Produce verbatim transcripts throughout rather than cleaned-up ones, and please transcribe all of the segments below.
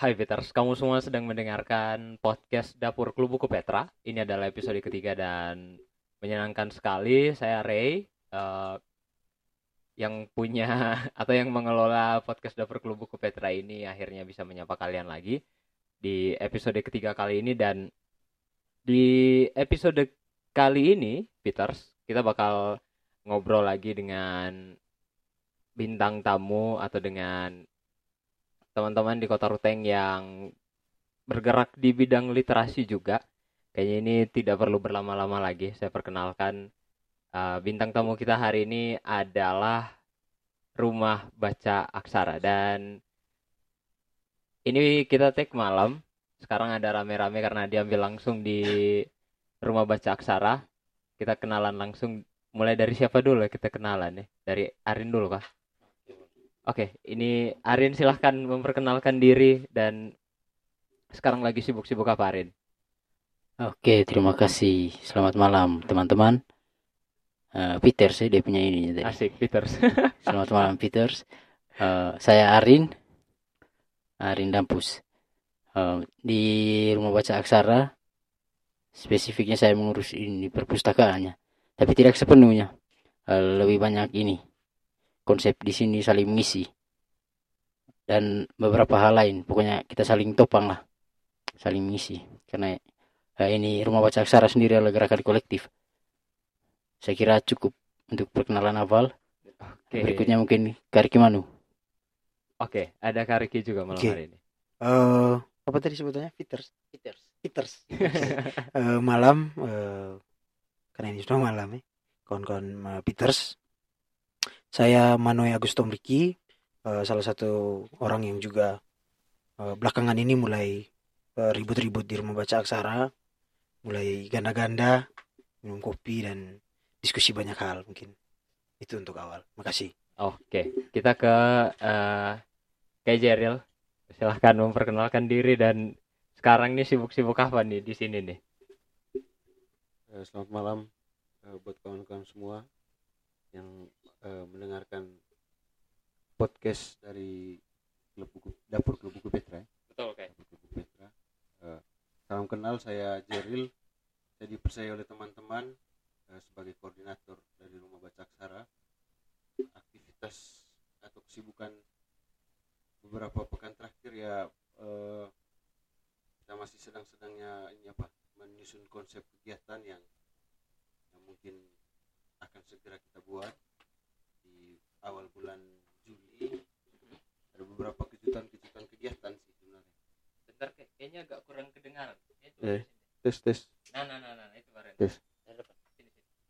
Hai Peters, kamu semua sedang mendengarkan podcast Dapur Klub Buku Petra. Ini adalah episode ketiga dan menyenangkan sekali. Saya Ray, eh, yang punya atau yang mengelola podcast Dapur Klub Buku Petra ini akhirnya bisa menyapa kalian lagi di episode ketiga kali ini. Dan di episode kali ini, Peters, kita bakal ngobrol lagi dengan bintang tamu atau dengan teman-teman di Kota Ruteng yang bergerak di bidang literasi juga. Kayaknya ini tidak perlu berlama-lama lagi. Saya perkenalkan, uh, bintang tamu kita hari ini adalah Rumah Baca Aksara. Dan ini kita take malam. Sekarang ada rame-rame karena diambil langsung di Rumah Baca Aksara. Kita kenalan langsung. Mulai dari siapa dulu kita kenalan ya? Dari Arin dulu kah? Oke, ini Arin, silahkan memperkenalkan diri dan sekarang lagi sibuk-sibuk apa, Arin? Oke, terima kasih. Selamat malam, teman-teman. Uh, Peter sih dia punya ini tadi. Asik, Peters. Selamat malam, Peters. Uh, saya Arin, Arin Dampus. Uh, di Rumah Baca Aksara, spesifiknya saya mengurus ini perpustakaannya, tapi tidak sepenuhnya. Uh, lebih banyak ini konsep di sini saling mengisi dan beberapa hal lain. Pokoknya kita saling topang lah, saling mengisi. Karena uh, ini Rumah Baca Aksara sendiri adalah gerakan kolektif. Saya kira cukup untuk perkenalan awal. Oke. Berikutnya mungkin Kariki Manu. Oke, ada Kariki juga malam Oke. hari ini. Eh, apa tadi sebutannya? Peters. Peters. Peters. Eh, malam, eh, karena ini sudah malam ya. Kawan-kawan eh, Peters. Saya Manoy Agustom Riki, eh, salah satu orang yang juga eh, belakangan ini mulai eh, ribut-ribut di Rumah Baca Aksara, mulai ganda-ganda, minum kopi dan diskusi banyak hal mungkin. Itu untuk awal. Makasih. Oke, kita ke uh, Kak Jeril. Silahkan memperkenalkan diri dan sekarang nih sibuk-sibuk apa nih di sini nih? Eh, Selamat malam eh, buat kawan-kawan semua yang eh, mendengarkan podcast dari Klub Buku, Dapur Klub Buku Petra. ya. Betul, Kak. Dapur Klub Buku Petra. Eh, salam kenal, saya Jeril. Saya dipercaya oleh teman-teman eh, sebagai koordinator dari Rumah Baca Aksara. Aktivitas atau kesibukan beberapa pekan terakhir ya, eh, kita masih sedang-sedangnya ini apa menyusun konsep kegiatan yang, yang mungkin akan segera kita buat di awal bulan Juli. Ada beberapa kejutan-kejutan kegiatan sih sebenarnya. Bentar, Kak. Kayaknya agak kurang kedengaran. Eh, tes tes Nah, nah, nah, nah, itu kemarin. tes Sini, sini.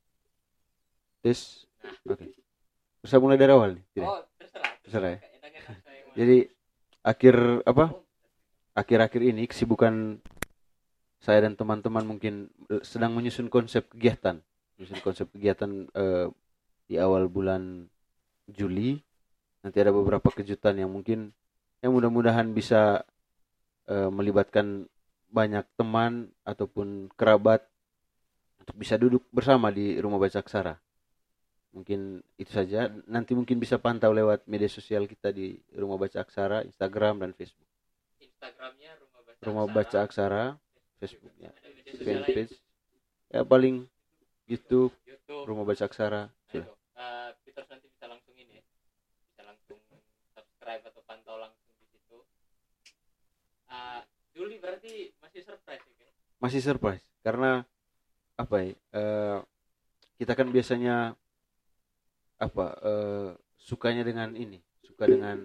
tes. Oke. Bisa mulai dari awal nih. Tidak? Oh, terserah. Terserah ya. Kak. Enak-enak saya mau- Jadi akhir apa? Akhir-akhir ini kesibukan saya dan teman-teman mungkin eh, sedang menyusun konsep kegiatan, menyusun konsep kegiatan eh, di awal bulan Juli. Nanti ada beberapa kejutan yang mungkin yang mudah-mudahan bisa eh, melibatkan banyak teman ataupun kerabat untuk bisa duduk bersama di Rumah Baca Aksara. Mungkin itu saja. Nanti mungkin bisa pantau lewat media sosial kita di Rumah Baca Aksara, Instagram dan Facebook. Instagramnya Rumah Baca Rumah Aksara. Baca Aksara, Facebooknya, Ada media sosial lain? fanpage, ya paling YouTube, YouTube. Rumah Baca Aksara. Nah, Sudah. itu. Uh, Peters nanti bisa langsung ini ya. Bisa langsung subscribe atau pantau langsung di situ. Uh, Juli berarti masih surprise ya, Kak? Masih surprise karena apa ya? eh, kita kan biasanya apa eh, sukanya dengan ini, suka dengan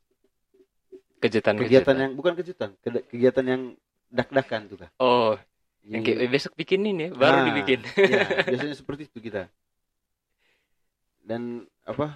Kejutan kegiatan yang bukan kejutan, ke- kegiatan yang dak-dakan tuh Kak. Oh, Jadi, yang kayak "Eh, besok bikin ini ya, baru nah, dibikin. Ya, biasanya seperti itu kita. Dan apa?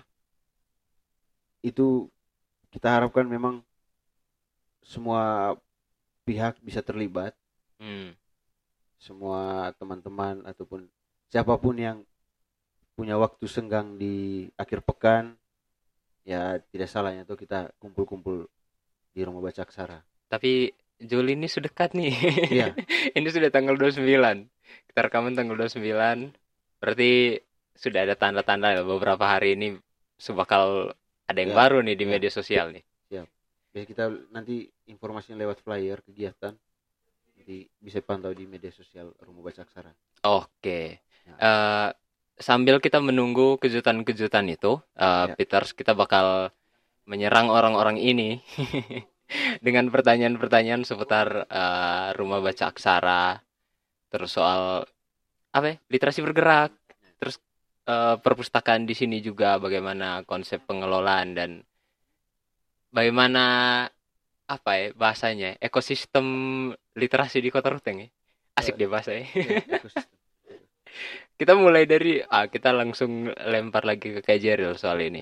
Itu kita harapkan memang semua pihak bisa terlibat, Hmm. semua teman-teman ataupun siapapun yang punya waktu senggang di akhir pekan, ya tidak salahnya tuh kita kumpul-kumpul di Rumah Baca Aksara. Tapi Juli ini sudah dekat nih. Iya. Ini sudah tanggal dua puluh sembilan. Kita rekaman tanggal dua puluh sembilan. Berarti sudah ada tanda-tanda ya, beberapa hari ini bakal ada yang Ya, baru nih di ya. media sosial nih. Jadi kita nanti informasinya lewat flyer kegiatan. Jadi bisa pantau di media sosial Rumah Baca Aksara. Oke. Ya. Eh, sambil kita menunggu kejutan-kejutan itu, eh, Ya. Peters, kita bakal menyerang orang-orang ini dengan pertanyaan-pertanyaan seputar eh, Rumah Baca Aksara, terus soal apa ya, literasi bergerak, terus eh, perpustakaan di sini juga bagaimana konsep pengelolaan dan bagaimana apa ya bahasanya ekosistem literasi di Kota Ruteng ya. Asik deh bahasanya. Ya, ekosistem. Kita mulai dari ah kita langsung lempar lagi ke Kak Jeril soal ini.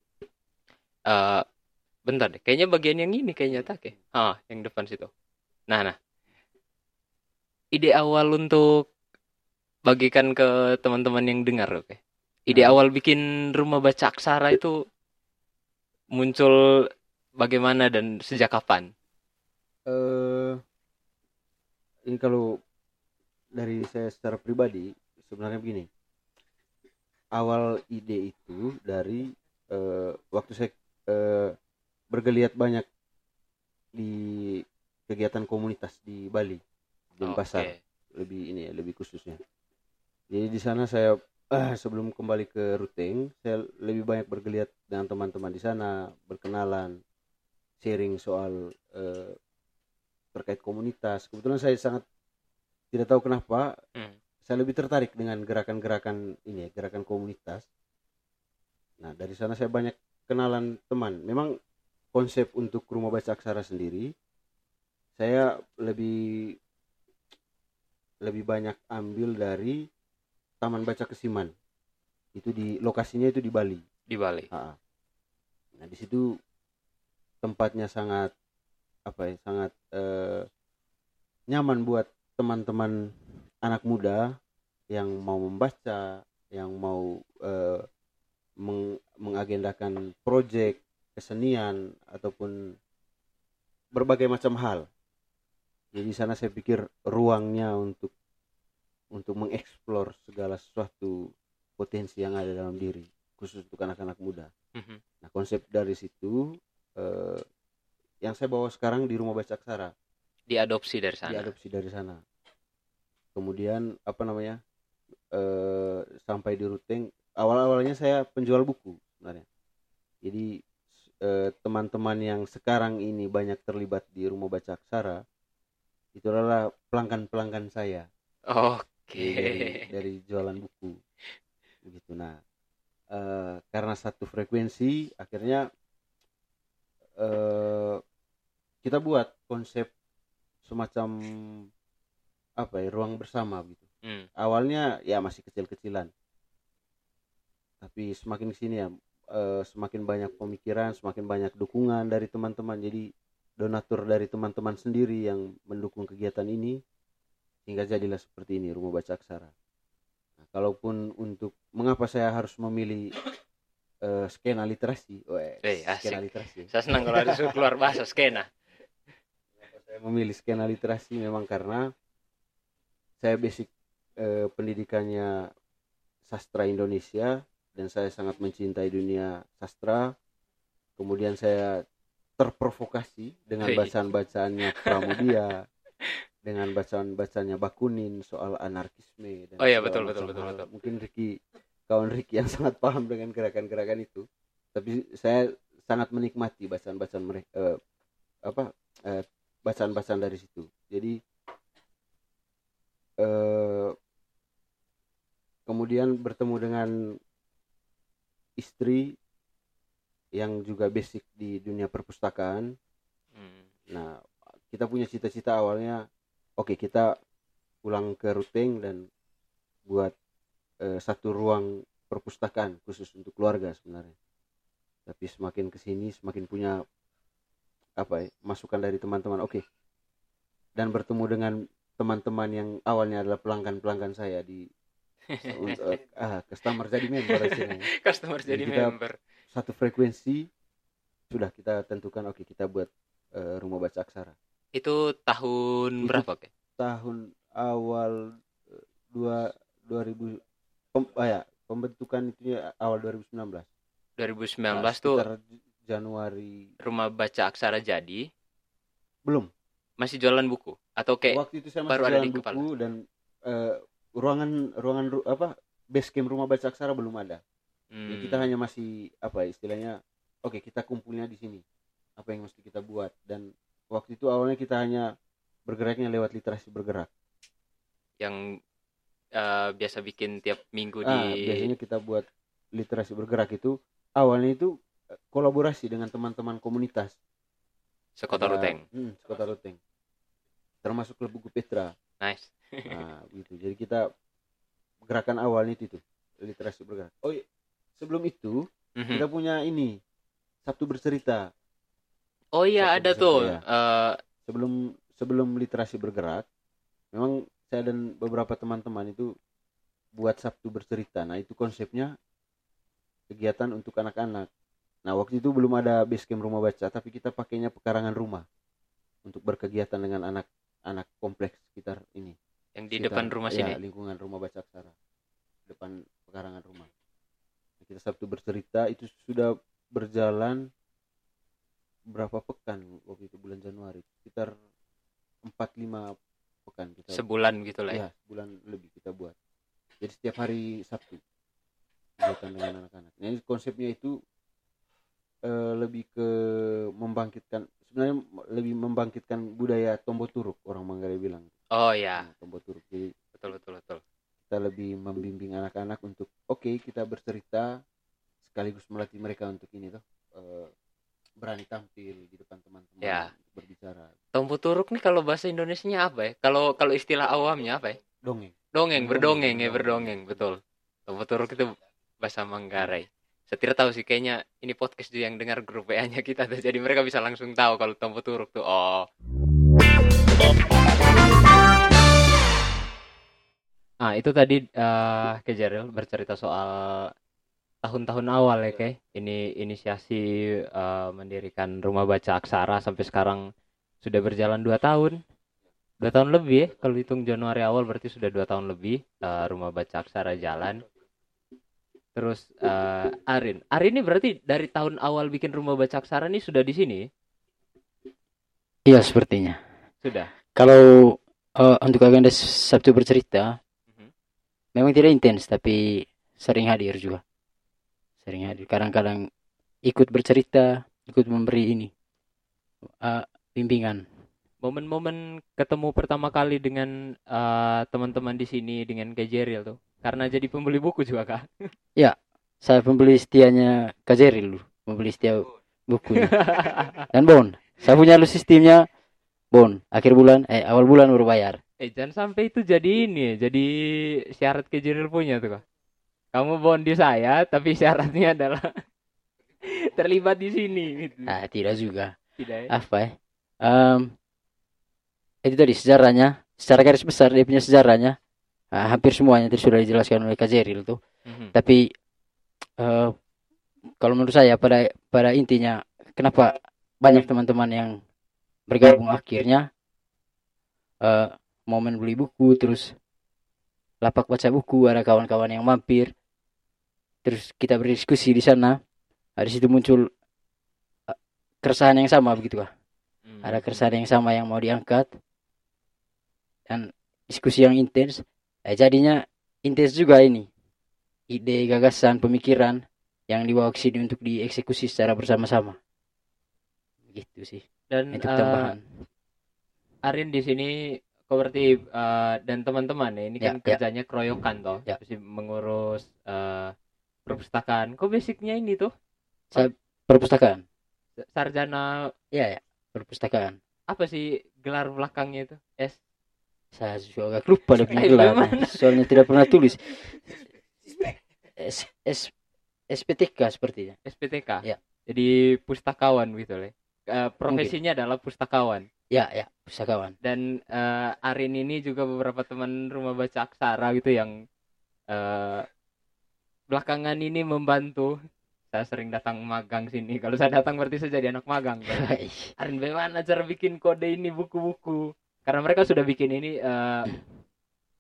Eh bentar deh, kayaknya bagian yang ini kayaknya tak ya. Ah, yang depan situ. Nah, nah. Ide awal untuk bagikan ke teman-teman yang dengar, oke. Ide Nah. awal bikin Rumah Baca Aksara itu muncul bagaimana dan sejak kapan? Eh, ini kalau dari saya secara pribadi sebenarnya begini. Awal ide itu dari eh, waktu saya eh, bergeliat banyak di kegiatan komunitas di Bali, Denpasar, Oke. lebih ini ya, lebih khususnya. Jadi di sana saya eh, sebelum kembali ke Ruteng, saya lebih banyak bergeliat dengan teman-teman di sana, berkenalan, sharing soal eh, terkait komunitas. Kebetulan saya sangat tidak tahu kenapa Hmm. saya lebih tertarik dengan gerakan-gerakan ini, gerakan komunitas. Nah, dari sana saya banyak kenalan teman. Memang konsep untuk Rumah Baca Aksara sendiri, saya lebih lebih banyak ambil dari Taman Baca Kesiman. Itu di lokasinya itu di Bali. Di Bali. Ha-ha. Nah, di situ tempatnya sangat apa ya, sangat eh, nyaman buat teman-teman anak muda yang mau membaca, yang mau eh, meng- mengagendakan proyek kesenian ataupun berbagai macam hal. Jadi di sana saya pikir ruangnya untuk untuk mengeksplor segala sesuatu potensi yang ada dalam diri, khusus untuk anak-anak muda. Mhm. Nah, konsep dari situ eh, yang saya bawa sekarang di Rumah Baca Aksara, Diadopsi dari sana. diadopsi dari sana. Kemudian apa namanya eh, sampai di Ruteng, awal-awalnya saya penjual buku sebenarnya. Jadi eh, teman-teman yang sekarang ini banyak terlibat di Rumah Baca Aksara itu adalah pelanggan-pelanggan saya. Oke. Jadi dari dari jualan buku begitu. Nah, eh, karena satu frekuensi akhirnya eh, kita buat konsep semacam apa ya, ruang bersama gitu. Hmm. Awalnya ya masih kecil-kecilan, tapi semakin kesini ya eh, semakin banyak pemikiran, semakin banyak dukungan dari teman-teman. Jadi donatur dari teman-teman sendiri yang mendukung kegiatan ini, hingga jadilah seperti ini Rumah Baca Aksara. Nah, kalaupun untuk mengapa saya harus memilih uh, skena literasi, Weh, Eh, asik. skena literasi. Saya senang kalau ada suruh keluar bahasa skena. Mengapa saya memilih skena literasi memang karena saya basic uh, pendidikannya sastra Indonesia dan saya sangat mencintai dunia sastra. Kemudian saya terprovokasi dengan Hei. bacaan-bacaannya Pramudia, dengan bacaan-bacanya Bakunin soal anarkisme dan Oh iya, segala betul, macam betul, betul, hal. betul. Mungkin Ricky, kawan Ricky yang sangat paham dengan gerakan-gerakan itu, tapi saya sangat menikmati bacaan-bacaan mereka, eh, apa eh, bacaan-bacaan dari situ. Jadi eh, kemudian bertemu dengan istri yang juga basic di dunia perpustakaan. Hmm. Nah, kita punya cita-cita awalnya, oke okay, kita pulang ke Ruteng dan buat eh, satu ruang perpustakaan khusus untuk keluarga sebenarnya. Tapi semakin kesini semakin punya apa ya, masukan dari teman-teman, oke okay. Dan bertemu dengan teman-teman yang awalnya adalah pelanggan-pelanggan saya di untuk, ah customer jadi member istilahnya. Customer Jadi jadi kita member. Satu frekuensi sudah kita tentukan, oke okay, kita buat uh, Rumah Baca Aksara. Itu tahun Itu berapa, Oke? Tahun awal eh, dua dua ribu pem, ah ya, pembentukan itu ya, awal dua ribu sembilan belas. dua ribu sembilan belas Nah, tuh sekitar Januari. Rumah Baca Aksara jadi Belum. Masih jualan buku atau kayak Waktu itu saya masih baru ada jualan di buku kepala? dan eh, ruangan ruangan ru- apa base camp rumah baca aksara belum ada. Jadi Hmm. kita hanya masih apa istilahnya, oke kita kumpulnya di sini. Apa yang mesti kita buat, dan waktu itu awalnya kita hanya bergeraknya lewat literasi bergerak. Yang eh, biasa bikin tiap minggu di Ah, biasanya kita buat literasi bergerak itu awalnya itu eh, kolaborasi dengan teman-teman komunitas Sekota Ada- Ruteng. hmm, Sekota Ruteng, termasuk klub buku Petra. Nice. Nah, gitu. Jadi kita gerakan awalnya itu, itu literasi bergerak. Oh, iya. Sebelum itu Mhm. kita punya ini Sabtu bercerita. Oh iya Satu ada peserta, tuh. ya. Eh, Sebelum sebelum literasi bergerak, memang saya dan beberapa teman-teman itu buat Sabtu bercerita. Nah, itu konsepnya kegiatan untuk anak-anak. Nah, waktu itu belum ada base camp rumah baca, tapi kita pakainya pekarangan rumah untuk berkegiatan dengan anak-anak kompleks sekitar ini. yang di Sekitar, depan rumah ya, sini. lingkungan rumah baca aksara, depan pekarangan rumah. Kita Sabtu bercerita itu sudah berjalan berapa pekan waktu itu, bulan Januari, sekitar empat lima pekan kita. Sebulan gitu lah ya. Ya, sebulan lebih kita buat. Jadi setiap hari Sabtu kegiatan dengan anak-anak. Nah, ini konsepnya itu eh, lebih ke membangkitkan, sebenarnya lebih membangkitkan budaya Tombo Turuk, orang Manggarai bilang. Oh ya, Nah, Tombo Turuk. Jadi betul betul betul. kita lebih membimbing anak-anak untuk oke okay, kita bercerita sekaligus melatih mereka untuk ini tuh eh, berani tampil di depan teman-teman Ya. untuk berbicara. Tombo Turuk nih kalau bahasa Indonesianya apa ya? Kalau kalau istilah awamnya apa ya? Dongeng. Dongeng, berdongeng ya, Berdongeng. berdongeng, betul. Tombo Turuk itu bahasa Manggarai. Saya tidak tahu sih, kayaknya ini podcast juga yang dengar grup W A-nya kita tuh. Jadi mereka bisa langsung tahu kalau Tombo Turuk tuh. Oh. Ah, itu tadi eh Kejaril bercerita soal tahun-tahun awal ya, kayak ini inisiasi eh, mendirikan Rumah Baca Aksara sampai sekarang sudah berjalan dua tahun. Dua tahun lebih ya, kalau hitung Januari awal berarti sudah dua tahun lebih eh, Rumah Baca Aksara jalan. Terus eh, Arin, Arin ini berarti dari tahun awal bikin Rumah Baca Aksara ini sudah di sini? Iya sepertinya. Sudah. Kalau eh, untuk agenda Sabtu bercerita, Mhm. memang tidak intens tapi sering hadir juga. Sering hadir. Kadang-kadang ikut bercerita, ikut memberi ini eh, bimbingan. Momen-momen ketemu pertama kali dengan eh, teman-teman di sini dengan Kejaril tuh, karena jadi pembeli buku juga kah? Saya pembeli setianya Kajeril dulu, pembeli setia bukunya. Dan Bon, saya punya lu sistemnya Bon, akhir bulan, eh awal bulan baru bayar. Eh jangan sampai itu jadi ini, ya, jadi syarat Kejaril punya tuh kah? Kamu bondi saya, tapi syaratnya adalah terlibat di sini. Gitu. Nah, tidak juga. Tidak ya? Apa ya? Em, itu tadi sejarahnya, secara garis besar dia punya sejarahnya. Nah, hampir semuanya tadi sudah dijelaskan oleh Kajeril tuh. Mhm. Tapi eh, kalau menurut saya pada pada intinya kenapa banyak teman-teman yang bergabung akhirnya eh, momen beli buku, terus lapak baca buku, ada kawan-kawan yang mampir, terus kita berdiskusi di sana. Nah, di situ muncul eh, keresahan yang sama begitu kah? Hmm. Ada keresahan yang sama yang mau diangkat dan diskusi yang intens. Eh, jadinya intens juga ini ide, gagasan, pemikiran yang dibawa ke sini untuk dieksekusi secara bersama-sama. Gitu sih. Dan Itu eh, tambahan. Arin di sini kok berarti eh, dan teman-teman ya ini Ya, kan ya. kerjanya keroyokan toh, Ya. mesti mengurus eh, perpustakaan. Kok basicnya ini tuh Saya perpustakaan. sarjana Iya ya, perpustakaan. apa sih gelar belakangnya itu? S Saya juga agak lupa dia punya Eh, gelar. gimana? Soalnya tidak pernah tulis. S, S, S P T K sepertinya. S P T K. Ya. Jadi pustakawan gitu loh. Eh, profesinya adalah pustakawan. Ya, ya, pustakawan. Dan eh, Arin ini juga beberapa teman rumah baca aksara gitu yang eh, belakangan ini membantu. Saya sering datang magang sini. Kalau saya datang berarti saya jadi anak magang. Arin, bagaimana cara bikin kode ini buku-buku? Karena mereka sudah bikin ini eh,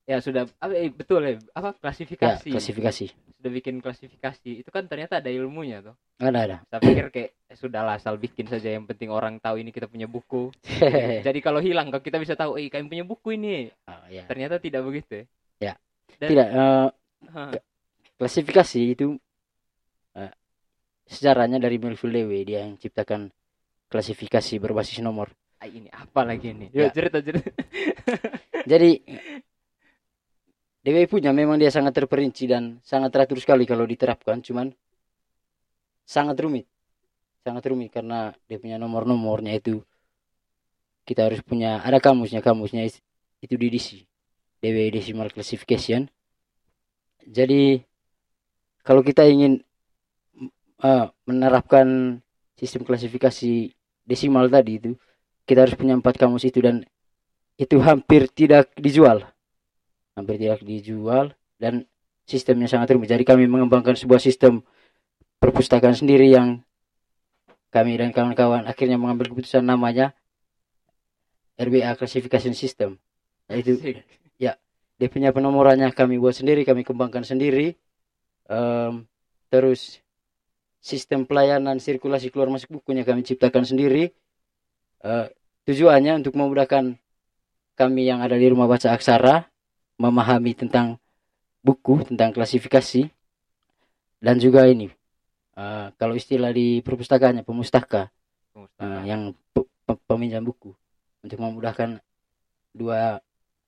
ya sudah apa eh, betul ya apa Ya, klasifikasi klasifikasi. sudah bikin klasifikasi itu kan ternyata ada ilmunya tuh. Ada ada. Saya pikir kayak eh, sudahlah asal bikin saja yang penting orang tahu ini kita punya buku. Jadi, jadi kalau hilang kalau kita bisa tahu eh kalian punya buku ini. Oh, ya. Ternyata tidak begitu. Ya. Dan, Tidak eh, Hah, klasifikasi itu eh, sejarahnya dari Melville Dewey, dia yang ciptakan klasifikasi berbasis nomor. ah, ini apa lagi ini? Ya. Yuk cerita cerita. Jadi Dewey punya memang dia sangat terperinci dan sangat teratur sekali kalau diterapkan, cuman sangat rumit. Sangat rumit karena dia punya nomor-nomornya itu kita harus punya ada kamusnya, kamusnya is- itu di D C. Dewey Decimal Classification. Jadi kalau kita ingin uh, menerapkan sistem klasifikasi desimal tadi itu, kita harus punya empat kamus itu dan itu hampir tidak dijual. Hampir tidak dijual dan sistemnya sangat rumit. Jadi kami mengembangkan sebuah sistem perpustakaan sendiri yang kami dan kawan-kawan akhirnya mengambil keputusan namanya R B A Classification System. Yaitu Asik. dia punya penomorannya kami buat sendiri, kami kembangkan sendiri. Um, terus sistem pelayanan sirkulasi keluar masuk bukunya kami ciptakan sendiri. Uh, tujuannya untuk memudahkan kami yang ada di rumah baca aksara memahami tentang buku, tentang klasifikasi, dan juga ini uh, kalau istilah di perpustakaannya pemustaka, uh, yang pe- pe- peminjam buku, untuk memudahkan dua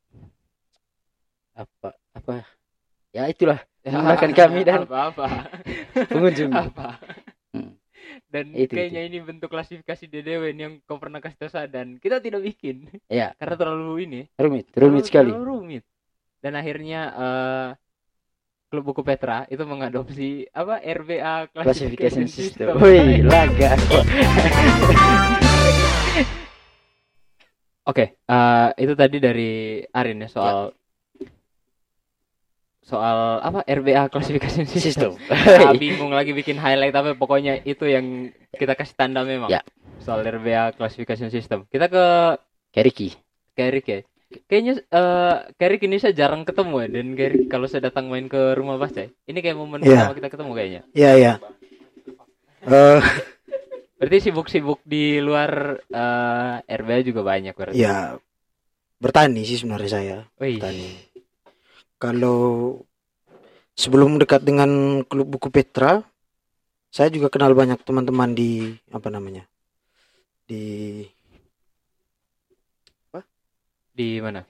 apa apa ya itulah memudahkan kami dan apa-apa. pengunjung. Apa? Hmm. Dan Itu, kayaknya ini bentuk klasifikasi D D W yang kau pernah kasih tahu saya dan kita tidak bikin Ya, karena terlalu ini rumit, rumit terlalu, sekali. terlalu rumit. Dan akhirnya eh, Klub Buku Petra itu mengadopsi apa R B A Classification Classification System. System. Wih, laga. Oke, eh, itu tadi dari Arin ya soal soal apa R B A Classification System. Ah, bingung lagi bikin highlight apa pokoknya itu yang kita kasih tanda memang. Ya. Soal R B A Classification System. Kita ke Keriki. Kerik ya. Kayaknya eh Kerik ini saya jarang ketemu ya dan Kerik kalau saya datang main ke rumah baca. Ini kayak momen Iya. pertama kita ketemu kayaknya. Iya, iya. Eh, Berarti sibuk-sibuk di luar eh, R B A juga banyak berarti. ya bertani sih sebenarnya saya. Wih. Bertani. Kalau sebelum dekat dengan Klub Buku Petra, saya juga kenal banyak teman-teman di apa namanya? Di Di mana?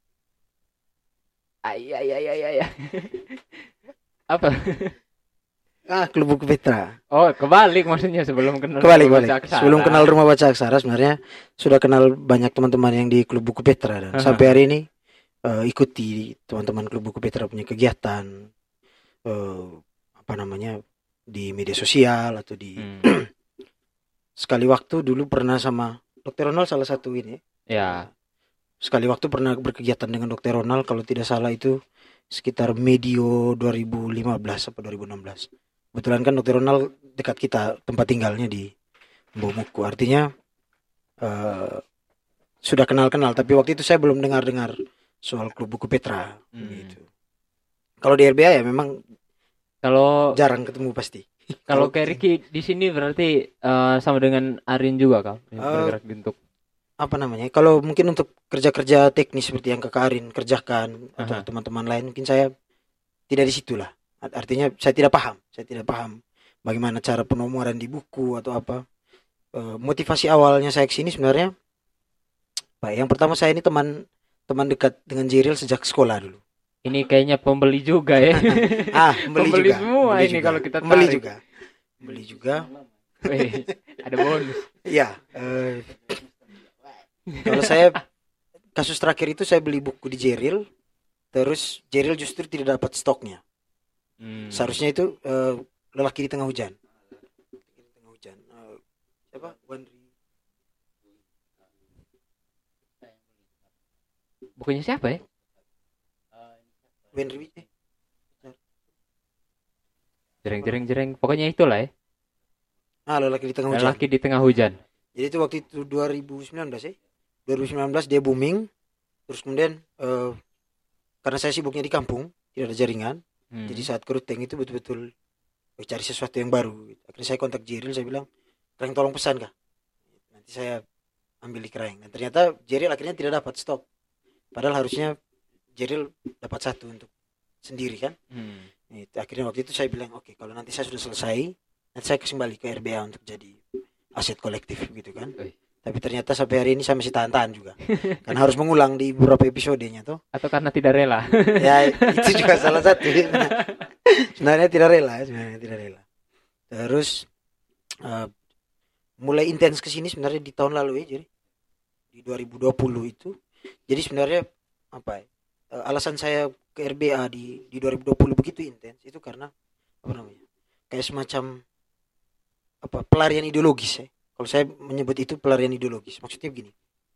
Ay ay ay ay ay. Apa? ah Klub Buku Petra. Oh, kebalik maksudnya sebelum kenal Kebalik, rumah kebalik. baca aksara. Sebelum kenal rumah baca aksara sebenarnya sudah kenal banyak teman-teman yang di Klub Buku Petra dan sampai hari ini eh, ikuti teman-teman Klub Buku Petra punya kegiatan eh, apa namanya di media sosial atau di Hmm. sekali waktu dulu pernah sama Dokter Ronald salah satu ini. Ya. Sekali waktu pernah berkegiatan dengan Dokter Ronald kalau tidak salah itu sekitar medio dua ribu lima belas atau dua ribu enam belas. Kebetulan kan Dokter Ronald dekat kita tempat tinggalnya di Mbomuku. Artinya eh, sudah kenal-kenal tapi waktu itu saya belum dengar-dengar soal Klub Buku Petra Hmm. gitu. Kalau di R B A ya memang Kalau jarang ketemu pasti. kalau kayak Ricky di sini berarti eh, sama dengan Arin juga kah? Yang Eh, bergerak bentuk. Apa namanya? Kalau mungkin untuk kerja-kerja teknis seperti yang Kakak Arin kerjakan atau Aha. teman-teman lain mungkin saya tidak di situ lah. Artinya saya tidak paham, saya tidak paham bagaimana cara penomoran di buku atau apa. Eh, motivasi awalnya saya ke sini sebenarnya Pak, yang pertama saya ini teman teman dekat dengan Jiril sejak sekolah dulu. Ini kayaknya pembeli juga ya. Ah, membeli Pembeli juga. semua membeli ini juga. kalau kita membeli tarik. juga. Membeli juga. Wih, ada bonus. Iya, eh, kalau saya kasus terakhir itu saya beli buku di Jeril, terus Jeril justru tidak dapat stoknya. Hmm. Seharusnya itu eh, lelaki di tengah hujan. Lelaki di tengah hujan. Eh, siapa? Wandri. Bukunya siapa ya? Wandri. Eh, Jereng jereng jereng. Pokoknya itulah ya. ah, lelaki di tengah hujan. Lelaki di tengah hujan. Jadi itu waktu itu dua ribu sembilan belas ya. dua ribu sembilan belas dia booming. Terus kemudian eh, karena saya sibuknya di kampung, tidak ada jaringan. Hmm. Jadi saat ke Ruteng itu betul-betul eh, cari sesuatu yang baru. Akhirnya saya kontak Jeril, saya bilang, Kereng tolong pesan kah? Nanti saya ambil di Kereng. Dan ternyata Jeril akhirnya tidak dapat stok. Padahal harusnya Jeril dapat satu untuk sendiri kan. Hmm. Itu, akhirnya waktu itu saya bilang, oke okay, kalau nanti saya sudah selesai, nanti saya kembali ke R B A untuk jadi aset kolektif gitu kan. Ui. Tapi ternyata sampai hari ini saya masih tahan-tahan juga. Karena harus mengulang di beberapa episodenya tuh. Atau karena tidak rela. Ya itu juga salah satu. Sebenarnya tidak rela, sebenarnya tidak rela. Terus uh, mulai intens ke sini sebenarnya di tahun lalu ya, jadi di dua ribu dua puluh itu. Jadi sebenarnya apa ya? Uh, alasan saya ke R B A di di dua ribu dua puluh begitu intens itu karena apa namanya? Kayak semacam apa pelarian ideologis ya. Kalau saya menyebut itu pelarian ideologis, maksudnya begini.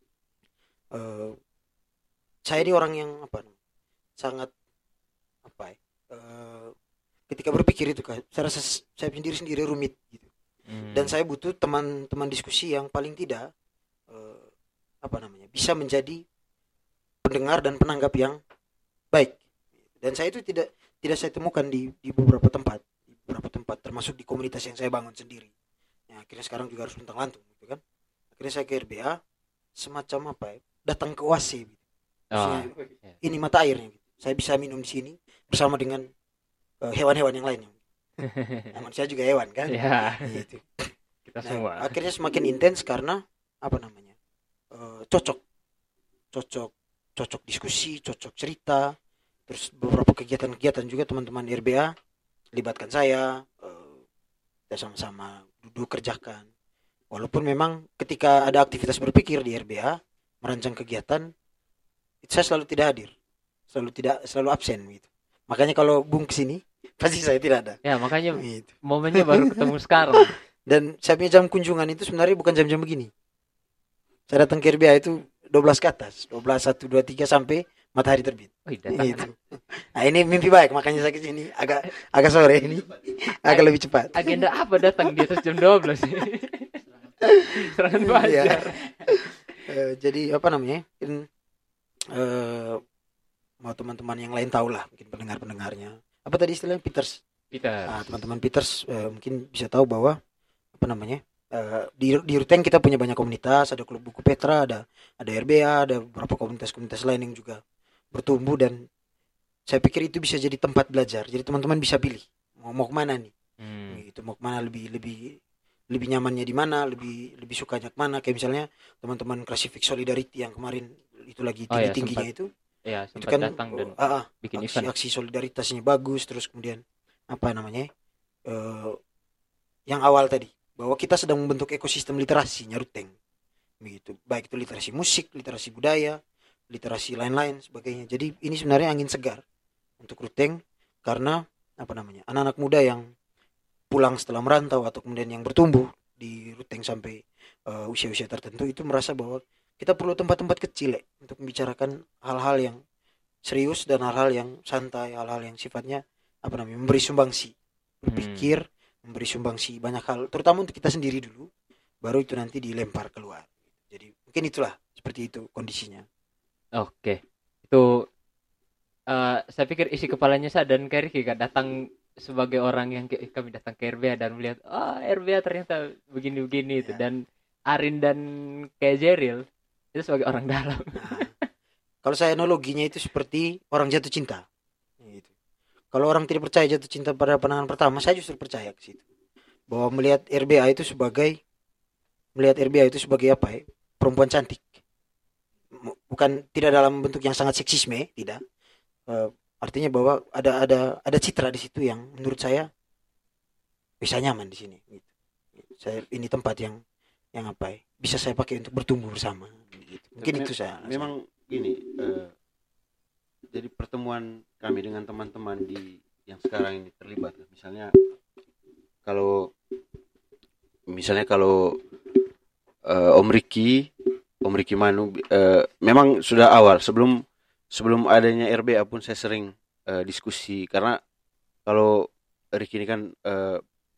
Uh, saya ini orang yang apa namanya? Sangat apa ya? Uh, ketika berpikir itu kan, saya rasa saya sendiri sendiri rumit gitu. Hmm. Dan saya butuh teman-teman diskusi yang paling tidak uh, apa namanya bisa menjadi pendengar dan penanggap yang baik. Dan saya itu tidak tidak saya temukan di di beberapa tempat, di beberapa tempat termasuk di komunitas yang saya bangun sendiri. Ya, akhirnya sekarang juga harus luntang lantung gitu kan. Akhirnya saya ke R B A semacam apa ya? Datang ke oase gitu. Maksudnya, Oh, ini mata airnya gitu. Saya bisa minum di sini bersama dengan uh, hewan-hewan yang lainnya. Nah, manusia juga hewan kan? ya, Gitu. kita Nah, semua. akhirnya semakin intens karena apa namanya? Uh, cocok. Cocok cocok diskusi, cocok cerita. Terus beberapa kegiatan-kegiatan juga teman-teman R B A libatkan saya, uh, kita sama-sama duduk kerjakan. Walaupun memang ketika ada aktivitas berpikir di R B A, merancang kegiatan, itu saya selalu tidak hadir, selalu tidak selalu absen gitu. Makanya kalau Bung kesini, pasti saya tidak ada. Ya, makanya Gitu. momennya baru ketemu sekarang. Dan saya punya jam kunjungan itu sebenarnya bukan jam-jam begini. Saya datang ke R B A itu dua belas ke atas, dua belas, satu, dua, tiga sampai matahari terbit. Oh, datang. Gitu. Nah ini mimpi baik, makanya saya kesini agak agak sore ini, agak lebih cepat. Agenda apa datang di atas jam dua belas? Serangan Iya. fajar. Eh, jadi apa namanya? Mungkin eh, mau teman-teman yang lain tahu lah, mungkin pendengar-pendengarnya. Apa tadi istilahnya Peters? Kita. Nah, teman-teman Peters eh, mungkin bisa tahu bahwa apa namanya? Uh, di di Ruteng kita punya banyak komunitas, ada klub buku Petra, ada ada R B A, ada beberapa komunitas-komunitas lain yang juga bertumbuh dan saya pikir itu bisa jadi tempat belajar. Jadi teman-teman bisa pilih mau mau kemana nih, Hmm. gitu mau kemana lebih lebih lebih nyamannya di mana, lebih lebih sukanya kemana. Kayak misalnya teman-teman Pacific Solidarity yang kemarin itu lagi Oh, ya, tinggi-tingginya sempat. itu, Ya, itu sempat kan datang dan uh, uh, bikin aksi, event. aksi solidaritasnya bagus, terus kemudian apa namanya uh, yang awal tadi bahwa kita sedang membentuk ekosistem literasi Ruteng, begitu. Baik itu literasi musik, literasi budaya, literasi lain-lain sebagainya. Jadi ini sebenarnya angin segar untuk Ruteng karena apa namanya anak-anak muda yang pulang setelah merantau atau kemudian yang bertumbuh di Ruteng sampai uh, usia-usia tertentu itu merasa bahwa kita perlu tempat-tempat kecil ya, untuk membicarakan hal-hal yang serius dan hal-hal yang santai, hal-hal yang sifatnya apa namanya memberi sumbangsi, berpikir. Hmm. Memberi sumbangsi banyak hal, terutama untuk kita sendiri dulu, baru itu nanti dilempar keluar. Jadi mungkin itulah seperti itu kondisinya. Oke, itu uh, saya pikir isi kepalanya saya dan Keriki kan datang sebagai orang yang ke, kami datang ke R B A dan melihat, oh R B A ternyata begini-begini itu, Ya. dan Arin dan kayak Jeril itu sebagai orang dalam. Nah, kalau saya analoginya itu seperti orang jatuh cinta. Gitu. Kalau orang tidak percaya jatuh cinta pada pandangan pertama, saya justru percaya ke situ. Bahwa melihat R B A itu sebagai melihat R B A itu sebagai apa ya? Perempuan cantik. Bukan tidak dalam bentuk yang sangat seksisme, tidak. Uh, artinya bahwa ada ada ada citra di situ yang menurut saya bisa nyaman di sini. Gitu. Saya ini tempat yang yang apa ya? Bisa saya pakai untuk bertumbuh bersama. Gitu. Mungkin Me- itu saya. Memang gini, uh, jadi pertemuan kami dengan teman-teman di yang sekarang ini terlibat, misalnya kalau misalnya kalau uh, Om Riki, Om Riki Manu, uh, memang sudah awal sebelum sebelum adanya R B A pun saya sering uh, diskusi, karena kalau Riki ini kan uh,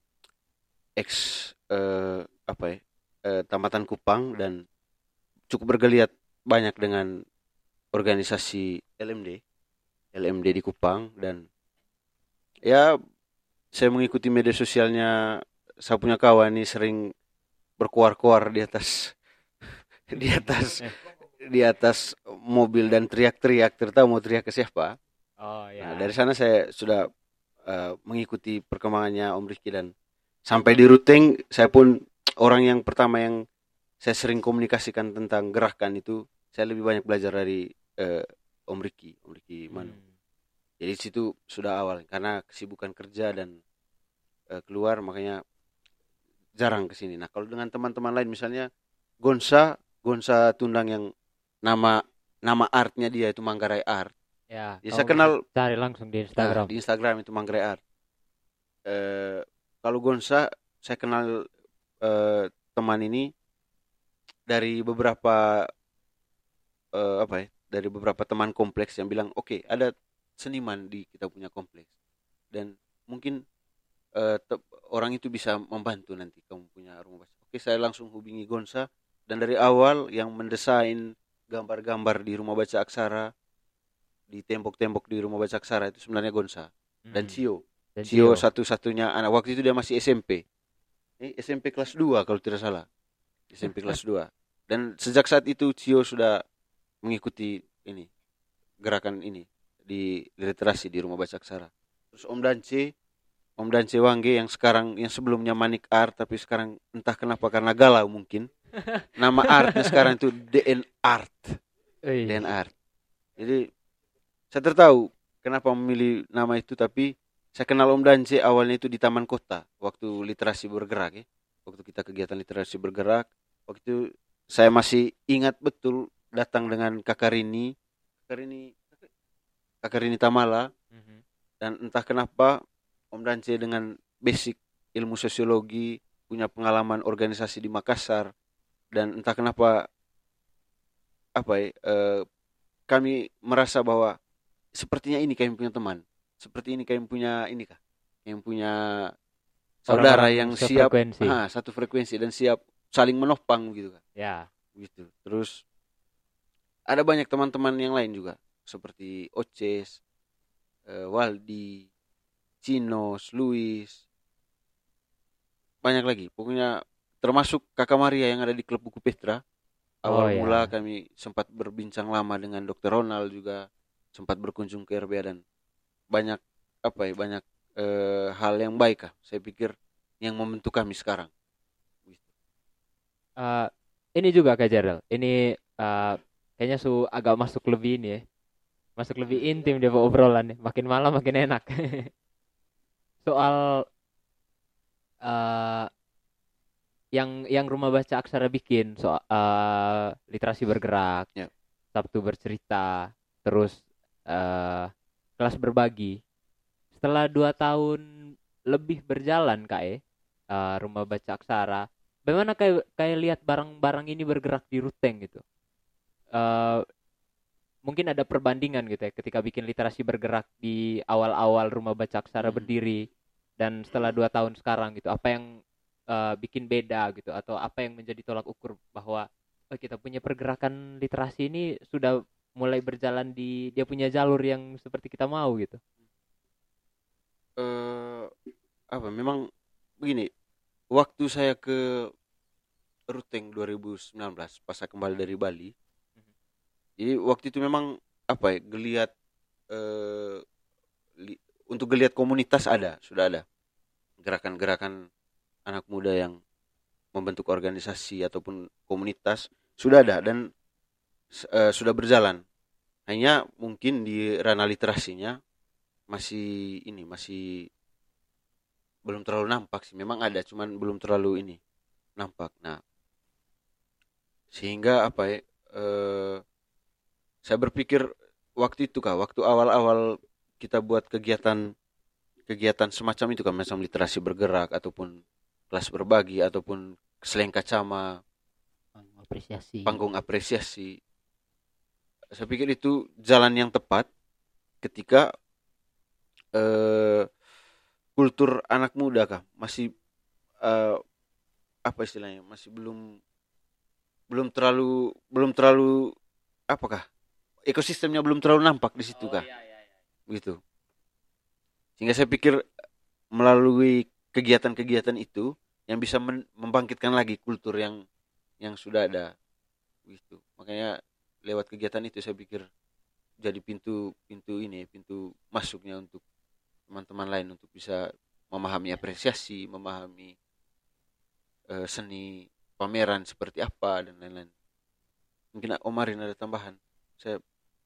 ex uh, apa ya uh, tamatan Kupang dan cukup bergeliat banyak dengan organisasi L M D. L M D di Kupang, dan ya saya mengikuti media sosialnya. Saya punya kawan nih sering berkuar-kuar di atas di atas di atas mobil dan teriak-teriak, tertahu mau teriak ke siapa. Oh ya. Nah, dari sana saya sudah uh, mengikuti perkembangannya Om Riki, dan sampai di Ruteng saya pun orang yang pertama yang saya sering komunikasikan tentang gerakan itu. Saya lebih banyak belajar dari uh, Om Riki, Om Riki Manu. Hmm. Jadi situ sudah awal, karena kesibukan kerja dan uh, keluar, makanya jarang ke sini. Nah, kalau dengan teman-teman lain misalnya Gonsa, Gonsa Tundang yang nama nama artnya dia itu Manggarai Art. Ya, Ya, saya kamu kenal cari langsung di nah, Instagram. di Instagram itu Manggarai Art. Eh, kalau Gonsa saya kenal eh, teman ini dari beberapa eh, apa ya? Dari beberapa teman kompleks yang bilang, "Oke, ada seniman di kita punya kompleks." Dan mungkin eh, te- orang itu bisa membantu nanti kamu punya rumah baca. Oke, saya langsung hubungi Gonsa, dan dari awal yang mendesain gambar-gambar di rumah baca aksara, di tembok-tembok di rumah baca aksara itu sebenarnya Gonsa dan Hmm. Cio. Dan Cio Cio. satu-satunya anak, waktu itu dia masih S M P. Eh, S M P kelas dua kalau tidak salah. S M P kelas dua. Dan sejak saat itu Cio sudah mengikuti ini gerakan ini di literasi di rumah baca aksara. Terus Om Dance, Om Dance Wangge yang sekarang, yang sebelumnya Manik Art, tapi sekarang entah kenapa karena galau mungkin. Nama artnya sekarang itu D N Art. Ui. D N Art. Jadi saya tertahu kenapa memilih nama itu, tapi saya kenal Om Dance awalnya itu di Taman Kota waktu literasi bergerak ya. Waktu kita kegiatan literasi bergerak, waktu itu saya masih ingat betul datang dengan Kakak Rini, Kakak Rini, Kakak Rini Tamala, Mhm. dan entah kenapa Om Dance dengan basic ilmu sosiologi, punya pengalaman organisasi di Makassar, dan entah kenapa apa ya, eh, kami merasa bahwa sepertinya ini kami punya teman, seperti ini kami punya ini kah, yang punya saudara Orang-orang yang siap, sefrekuensi. ah, satu frekuensi dan siap saling menopang gitu kan, Ya. gitu. Terus ada banyak teman-teman yang lain juga seperti Oces, eh, Waldi, Cinos, Luis, banyak lagi. Pokoknya termasuk Kakak Maria yang ada di klub buku Petra. Oh, Awal ya. mula kami sempat berbincang lama dengan dokter Ronald juga, sempat berkunjung ke R B A, dan banyak apa ya, banyak eh, hal yang baik kah, saya pikir, yang membentuk kami sekarang. Eh, ini juga Kak Jarel. Ini eh, kayaknya su agak masuk lebih ini ya. Masuk lebih intim dia obrolan nih. Makin malam makin enak. Soal eh, yang yang rumah baca aksara bikin soal eh, literasi bergerak, Ya. Sabtu bercerita, terus eh, kelas berbagi. Setelah dua tahun lebih berjalan Kak eh, eh, rumah baca aksara, bagaimana kayak kayak lihat barang-barang ini bergerak di Ruteng gitu. Eh, mungkin ada perbandingan gitu ya ketika bikin literasi bergerak di awal-awal rumah baca aksara Hmm. berdiri dan setelah dua tahun sekarang gitu, apa yang eh, bikin beda gitu, atau apa yang menjadi tolak ukur bahwa oh, kita punya pergerakan literasi ini sudah mulai berjalan di dia punya jalur yang seperti kita mau gitu. Eh, apa memang begini, waktu saya ke Ruteng dua ribu sembilan belas pas saya kembali dari Bali, jadi waktu itu memang apa ya, geliat eh, li- untuk geliat komunitas ada, sudah ada gerakan-gerakan anak muda yang membentuk organisasi ataupun komunitas, sudah ada dan eh, sudah berjalan. Hanya mungkin di ranah literasinya masih ini masih belum terlalu nampak sih. Memang ada, cuman belum terlalu ini nampak. Nah, sehingga apa ya? eh, saya berpikir waktu itu kah, waktu awal-awal kita buat kegiatan kegiatan semacam itu kan, macam literasi bergerak ataupun kelas berbagi ataupun seleng kacama, apresiasi. panggung apresiasi. Saya pikir itu jalan yang tepat ketika eh, kultur anak muda kah masih eh, apa istilahnya, masih belum belum terlalu belum terlalu apakah ekosistemnya belum terlalu nampak di situ kah. gitu. Sehingga saya pikir melalui kegiatan-kegiatan itu yang bisa men- membangkitkan lagi kultur yang yang sudah ada gitu. Makanya lewat kegiatan itu saya pikir jadi pintu pintu ini pintu masuknya untuk teman-teman lain untuk bisa memahami apresiasi, memahami eh, seni pameran seperti apa dan lain-lain. Mungkin Om Arin ada tambahan. Saya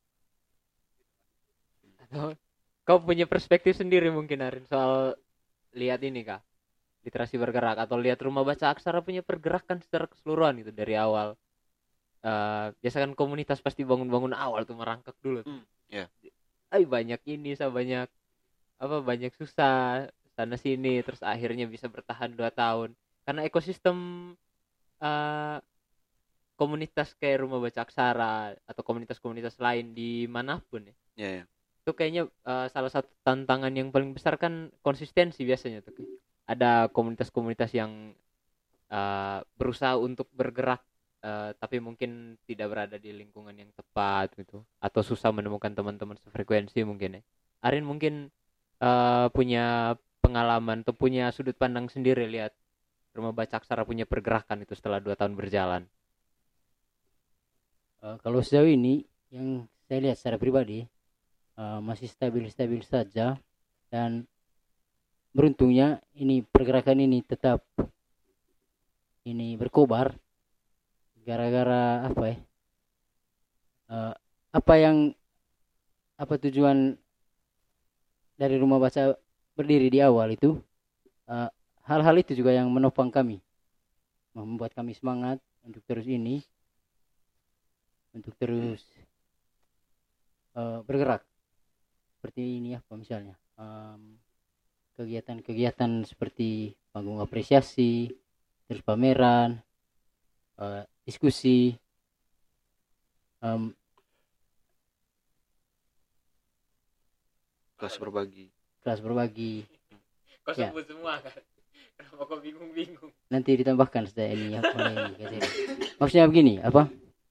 Atau kau punya perspektif sendiri mungkin Arin soal lihat ini kah? Literasi bergerak atau lihat Rumah Baca Aksara punya pergerakan secara keseluruhan gitu dari awal. Uh, biasa kan komunitas pasti bangun-bangun awal tuh merangkak dulu. Hmm, ya. Ay banyak ini, saya banyak apa banyak susah sana sini, terus akhirnya bisa bertahan dua tahun karena ekosistem uh, komunitas kayak Rumah Baca Aksara atau komunitas-komunitas lain dimanapun ya. Ya, ya. Itu kayaknya uh, salah satu tantangan yang paling besar kan konsistensi biasanya tuh. Ada komunitas-komunitas yang uh, berusaha untuk bergerak uh, tapi mungkin tidak berada di lingkungan yang tepat gitu atau susah menemukan teman-teman sefrekuensi mungkin ya. Arin mungkin uh, punya pengalaman atau punya sudut pandang sendiri lihat Rumah Baca Aksara punya pergerakan itu setelah dua tahun berjalan. Uh, kalau sejauh ini yang saya lihat secara pribadi uh, masih stabil-stabil saja, dan beruntungnya ini pergerakan ini tetap ini berkobar gara-gara apa ya uh, apa yang apa tujuan dari Rumah Baca berdiri di awal itu, uh, hal-hal itu juga yang menopang kami, membuat kami semangat untuk terus ini untuk terus uh, bergerak seperti ini apa misalnya um, kegiatan-kegiatan seperti panggung apresiasi, terus pameran, uh, diskusi, um, Kelas berbagi. kelas berbagi. Kau Ya. sebut semua kan? Kenapa kau bingung-bingung? Nanti ditambahkan setelah ini apa ini. Maksudnya begini, apa?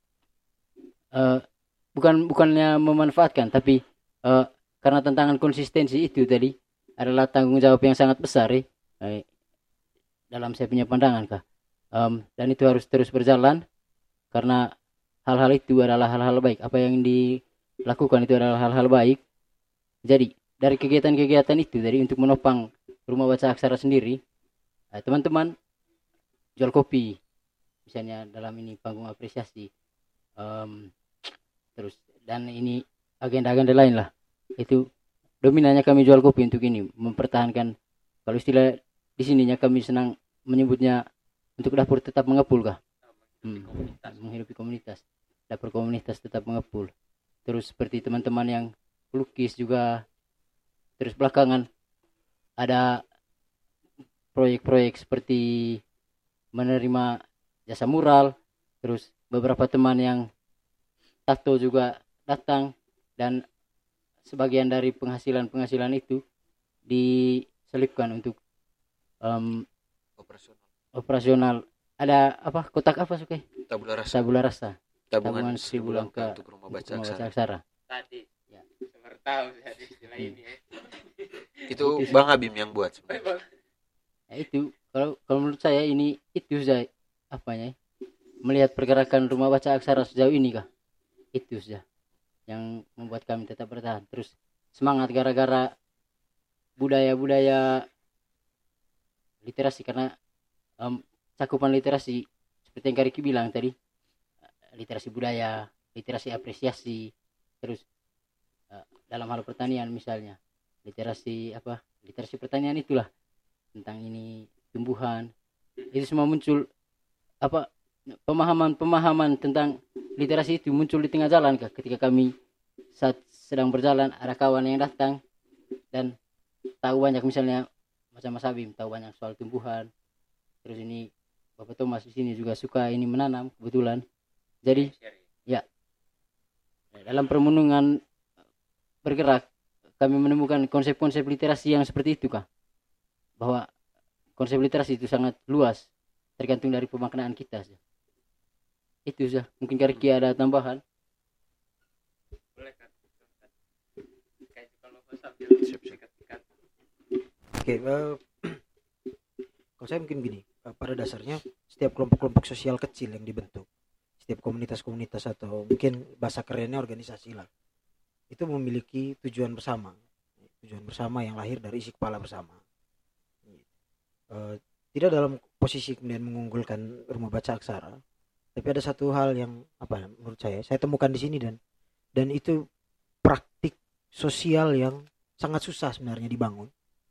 Uh, bukan bukannya memanfaatkan, tapi uh, karena tantangan konsistensi itu tadi adalah tanggung jawab yang sangat besar ya, eh, dalam saya punya pandangan kah. Um, dan itu harus terus berjalan karena hal-hal itu adalah hal-hal baik. Apa yang dilakukan itu adalah hal-hal baik. Jadi dari kegiatan-kegiatan itu dari untuk menopang Rumah Baca Aksara sendiri, eh, teman-teman jual kopi misalnya dalam ini panggung apresiasi, um, terus dan ini agenda-agenda lain lah, itu dominannya kami jual kopi untuk ini mempertahankan, kalau istilah di sininya kami senang menyebutnya untuk dapur tetap mengepul kah, hmm, menghidupi komunitas, dapur komunitas tetap mengepul. Terus seperti teman-teman yang pelukis juga, terus belakangan ada proyek-proyek seperti menerima jasa mural, terus beberapa teman yang tato juga datang, dan sebagian dari penghasilan-penghasilan itu diselipkan untuk um, Operasional. operasional. Ada apa kotak apa suka? Tabula rasa. Tabula rasa. Tabungan Tabungan seribu seribu langkah langkah untuk Rumah Baca Rumah Baca Aksara. Aksara. Tadi Ya. sebenarnya tahu jadi istilah ini ya. Itu Bang Habib yang buat sebenarnya. Ya, itu kalau kalau menurut saya ini itu saja apanya melihat pergerakan Rumah Baca Aksara sejauh ini kah, itu saja yang membuat kami tetap bertahan terus semangat gara-gara budaya-budaya literasi, karena um, cakupan literasi seperti yang Kariki bilang tadi, literasi budaya, literasi apresiasi, terus uh, dalam hal pertanian misalnya literasi apa literasi pertanian itulah tentang ini tumbuhan, itu semua muncul apa pemahaman-pemahaman tentang literasi itu muncul di tengah jalan kah, ketika kami saat sedang berjalan ada kawan yang datang dan tahu banyak, misalnya macam Mas Habib tahu banyak soal tumbuhan, terus ini Bapak Thomas di sini juga suka ini menanam kebetulan, jadi ya dalam permenungan bergerak kami menemukan konsep-konsep literasi yang seperti itu kah, bahwa konsep literasi itu sangat luas tergantung dari pemaknaan kita. Itu saja. Mungkin Kariki ada tambahan. Oke, eh, kalau saya mungkin gini, eh, pada dasarnya setiap kelompok-kelompok sosial kecil yang dibentuk, setiap komunitas-komunitas atau mungkin bahasa kerennya organisasi lah, itu memiliki tujuan bersama, tujuan bersama yang lahir dari isi kepala bersama. Eh, tidak dalam posisi kemudian mengunggulkan rumah baca aksara, tapi ada satu hal yang apa menurut saya saya temukan di sini dan dan itu praktik sosial yang sangat susah sebenarnya dibangun.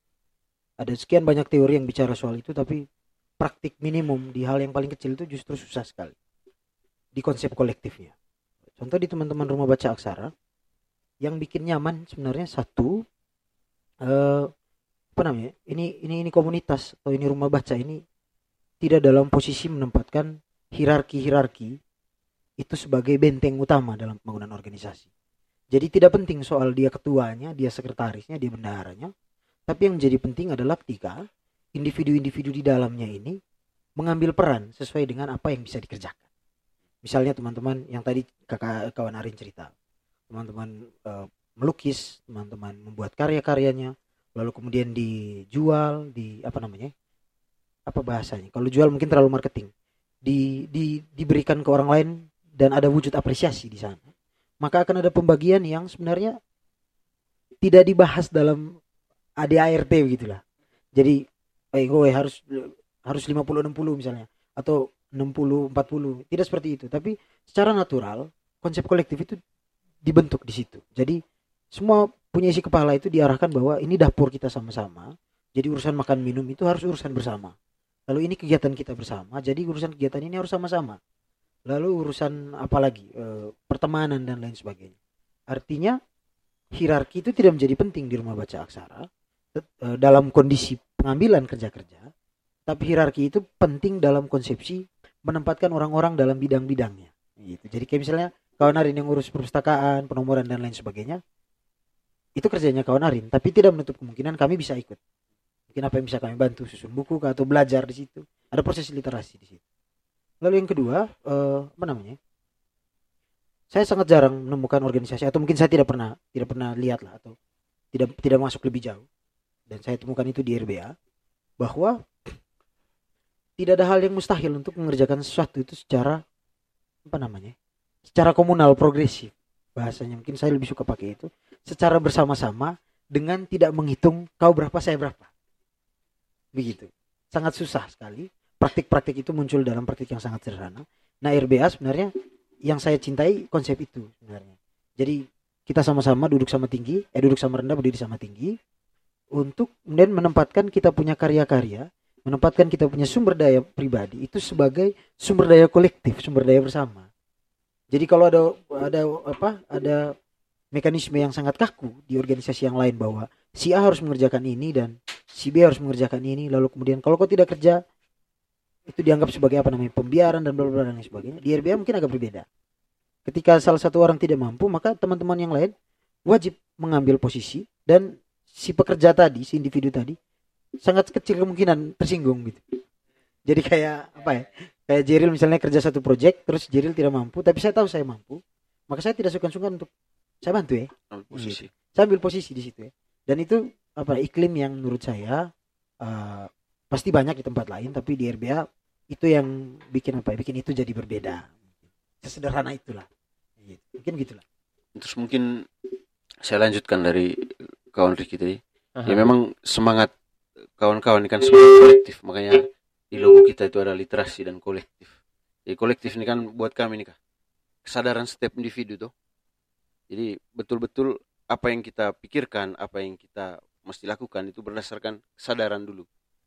Ada sekian banyak teori yang bicara soal itu, tapi praktik minimum di hal yang paling kecil itu justru susah sekali di konsep kolektifnya. Contoh di teman-teman rumah baca aksara, yang bikin nyaman sebenarnya satu, eh, apa namanya? Ini ini ini komunitas atau ini rumah baca ini tidak dalam posisi menempatkan hierarki-hierarki itu sebagai benteng utama dalam pembangunan organisasi. Jadi tidak penting soal dia ketuanya, dia sekretarisnya, dia bendaharanya. Tapi yang menjadi penting adalah ketika individu-individu di dalamnya ini mengambil peran sesuai dengan apa yang bisa dikerjakan. Misalnya teman-teman yang tadi kakak kawan Arin cerita, teman-teman uh, melukis, teman-teman membuat karya-karyanya, lalu kemudian dijual, di apa namanya, apa bahasanya? Kalau jual mungkin terlalu marketing, di, di diberikan ke orang lain dan ada wujud apresiasi di sana. Maka akan ada pembagian yang sebenarnya tidak dibahas dalam A D A R T begitulah. Jadi eh gue harus harus lima puluh enam puluh misalnya atau enam puluh empat puluh. Tidak seperti itu, tapi secara natural konsep kolektif itu dibentuk di situ. Jadi semua punya isi kepala itu diarahkan bahwa ini dapur kita sama-sama. Jadi urusan makan minum itu harus urusan bersama. Lalu ini kegiatan kita bersama. Jadi urusan kegiatan ini harus sama-sama. Lalu urusan apa lagi? E, pertemanan dan lain sebagainya. Artinya hierarki itu tidak menjadi penting di rumah baca aksara dalam kondisi pengambilan kerja-kerja, tapi hierarki itu penting dalam konsepsi menempatkan orang-orang dalam bidang-bidangnya. Gitu. Jadi kayak misalnya kawan Arin yang ngurus perpustakaan, penomoran dan lain sebagainya, itu kerjanya kawan Arin, tapi tidak menutup kemungkinan kami bisa ikut. Mungkin apa yang bisa kami bantu, susun buku atau belajar di situ. Ada proses literasi di situ. Lalu yang kedua, eh, apa namanya? Saya sangat jarang menemukan organisasi atau mungkin saya tidak pernah tidak pernah lihat lah atau tidak tidak masuk lebih jauh. Dan saya temukan itu di R B A, bahwa tidak ada hal yang mustahil untuk mengerjakan sesuatu itu secara apa namanya, secara komunal progresif bahasanya, mungkin saya lebih suka pakai itu, secara bersama-sama dengan tidak menghitung kau berapa saya berapa, begitu. Sangat susah sekali. Praktik-praktik itu muncul dalam praktik yang sangat sederhana. Nah R B A sebenarnya yang saya cintai konsep itu sebenarnya. Jadi kita sama-sama duduk sama tinggi, eh duduk sama rendah, berdiri sama tinggi, untuk kemudian menempatkan kita punya karya-karya, menempatkan kita punya sumber daya pribadi itu sebagai sumber daya kolektif, sumber daya bersama. Jadi kalau ada ada apa? Ada mekanisme yang sangat kaku di organisasi yang lain bahwa si A harus mengerjakan ini dan si B harus mengerjakan ini, lalu kemudian kalau kau tidak kerja itu dianggap sebagai apa namanya? Pembiaran dan bla bla dan sebagainya. Di R B A mungkin agak berbeda. Ketika salah satu orang tidak mampu, maka teman-teman yang lain wajib mengambil posisi dan si pekerja tadi, si individu tadi sangat kecil kemungkinan tersinggung gitu. Jadi kayak apa ya? Kayak Jeril misalnya kerja satu proyek, terus Jeril tidak mampu, tapi saya tahu saya mampu, maka saya tidak sungkan-sungkan untuk saya bantu ya. Posisi. Gitu. Saya ambil posisi di situ ya. Dan itu apa iklim yang menurut saya uh, pasti banyak di tempat lain, tapi di R B A itu yang bikin apa? Bikin itu jadi berbeda. Sesederhana itulah. Gitu. Mungkin gitulah. Terus mungkin saya lanjutkan dari kawan Ricky tadi. Aha. Ya memang semangat kawan-kawan ini kan semangat kolektif, makanya di logo kita itu ada literasi dan kolektif. Jadi kolektif ini kan buat kami nih kak, kesadaran setiap individu tuh. Jadi betul-betul apa yang kita pikirkan, apa yang kita mesti lakukan itu berdasarkan kesadaran dulu.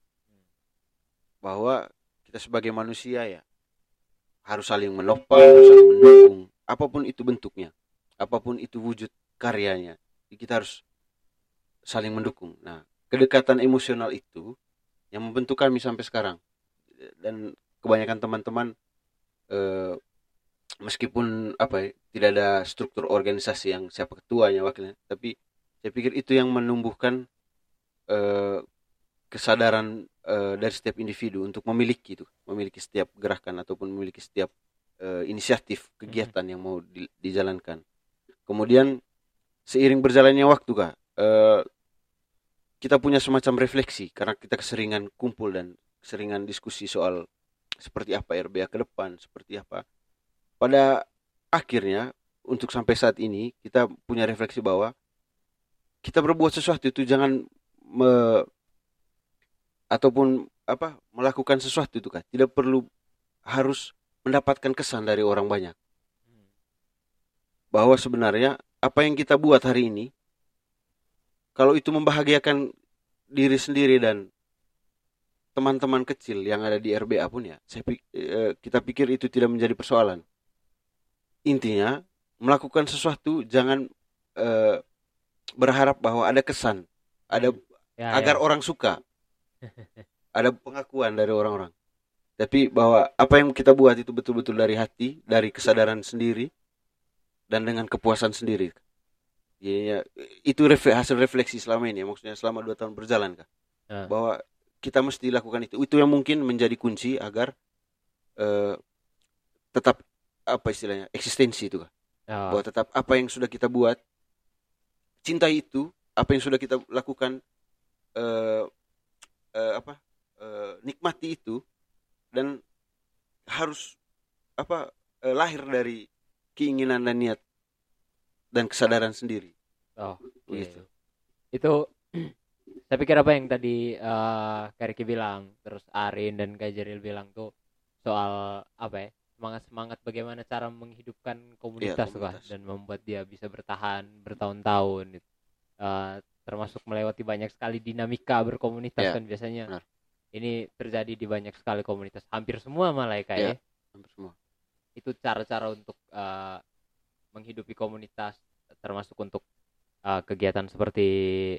Bahwa kita sebagai manusia ya harus saling menopang, harus saling mendukung, apapun itu bentuknya, apapun itu wujud karyanya. Jadi kita harus saling mendukung. Nah, kedekatan emosional itu yang membentuk kami sampai sekarang. Dan kebanyakan teman-teman eh, meskipun apa ya, tidak ada struktur organisasi yang siapa ketuanya, wakilnya, tapi saya pikir itu yang menumbuhkan eh, kesadaran eh, dari setiap individu untuk memiliki itu, memiliki setiap gerakan ataupun memiliki setiap eh, inisiatif kegiatan yang mau di, dijalankan. Kemudian seiring berjalannya waktu kak, eh, kita punya semacam refleksi karena kita keseringan kumpul dan keseringan diskusi soal seperti apa R B A ke depan, seperti apa. Pada akhirnya untuk sampai saat ini kita punya refleksi bahwa kita berbuat sesuatu itu jangan me, ataupun apa melakukan sesuatu itu kan tidak perlu harus mendapatkan kesan dari orang banyak. Bahwa sebenarnya apa yang kita buat hari ini kalau itu membahagiakan diri sendiri dan teman-teman kecil yang ada di R B A pun ya, saya pik, eh, kita pikir itu tidak menjadi persoalan. Intinya melakukan sesuatu jangan eh, berharap bahwa ada kesan, ada Ya, agar ya. orang suka, ada pengakuan dari orang-orang. Tapi bahwa apa yang kita buat itu betul-betul dari hati, dari kesadaran sendiri, dan dengan kepuasan sendiri. Ya, itu ref, hasil refleksi selama ini, maksudnya selama dua tahun berjalan kah? Ya. Bahwa kita mesti lakukan itu. Itu yang mungkin menjadi kunci agar eh, tetap apa istilahnya eksistensi itu kah? Ya. Bahwa tetap apa yang sudah kita buat, cintai itu, apa yang sudah kita lakukan, eh, eh, apa eh, nikmati itu, dan harus apa eh, lahir dari keinginan dan niat dan kesadaran sendiri. Oh, Gitu. Itu saya pikir apa yang tadi uh, Kak Riki bilang, terus Arin dan Kak Jeril bilang tuh soal apa ya, semangat-semangat bagaimana cara menghidupkan komunitas, Iya, tuh, Kak, komunitas. dan membuat dia bisa bertahan bertahun-tahun gitu. Uh, termasuk melewati banyak sekali dinamika berkomunitas. Iya, kan biasanya benar. ini terjadi di banyak sekali komunitas, hampir semua malah ya, Kak, Iya, ya. hampir semua. Itu cara-cara untuk uh, menghidupi komunitas, termasuk untuk uh, kegiatan seperti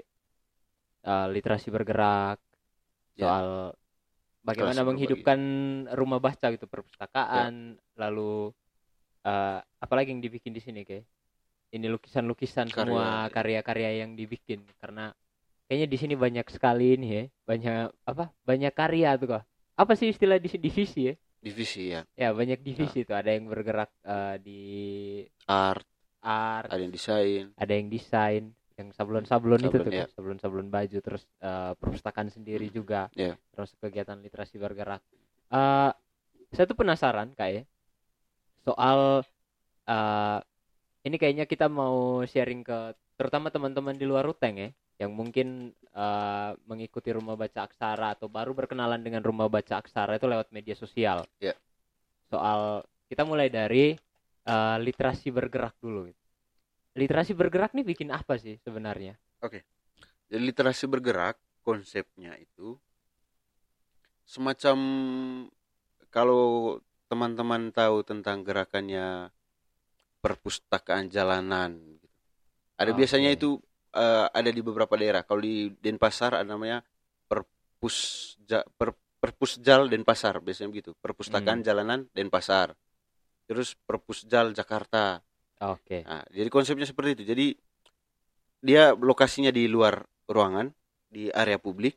uh, literasi bergerak, Ya. soal bagaimana Literasi menghidupkan rumah baca gitu, perpustakaan, lalu uh, apalagi yang dibikin di sini, kayak ini lukisan-lukisan, Karya, semua ya. karya-karya yang dibikin, karena kayaknya di sini banyak sekali nih ya, banyak apa banyak karya tuh, kok apa sih istilah di divisi ya Divisi ya. ya banyak divisi tuh, ada yang bergerak uh, di Art, art, ada yang desain. ada yang desain, yang sablon-sablon itu Sablon, tuh, ya. kan, sablon-sablon baju, terus uh, perpustakaan sendiri juga, Ya. terus kegiatan literasi bergerak. Uh, saya tuh penasaran kayak soal uh, ini kayaknya kita mau sharing ke terutama teman-teman di luar Ruteng ya, yang mungkin uh, mengikuti Rumah Baca Aksara atau baru berkenalan dengan Rumah Baca Aksara itu lewat media sosial. Ya. Soal kita mulai dari uh, literasi bergerak dulu. Literasi bergerak nih bikin apa sih sebenarnya? Oke. Jadi literasi bergerak konsepnya itu semacam, kalau teman-teman tahu tentang gerakannya perpustakaan jalanan gitu. Ada Oke. biasanya itu uh, ada di beberapa daerah. Kalau di Denpasar ada namanya perpusja, per, perpusjal Denpasar, biasanya begitu. Perpustakaan Hmm. jalanan Denpasar. Terus perpusjal Jakarta. Oke. Nah, jadi konsepnya seperti itu. Jadi dia lokasinya di luar ruangan, di area publik.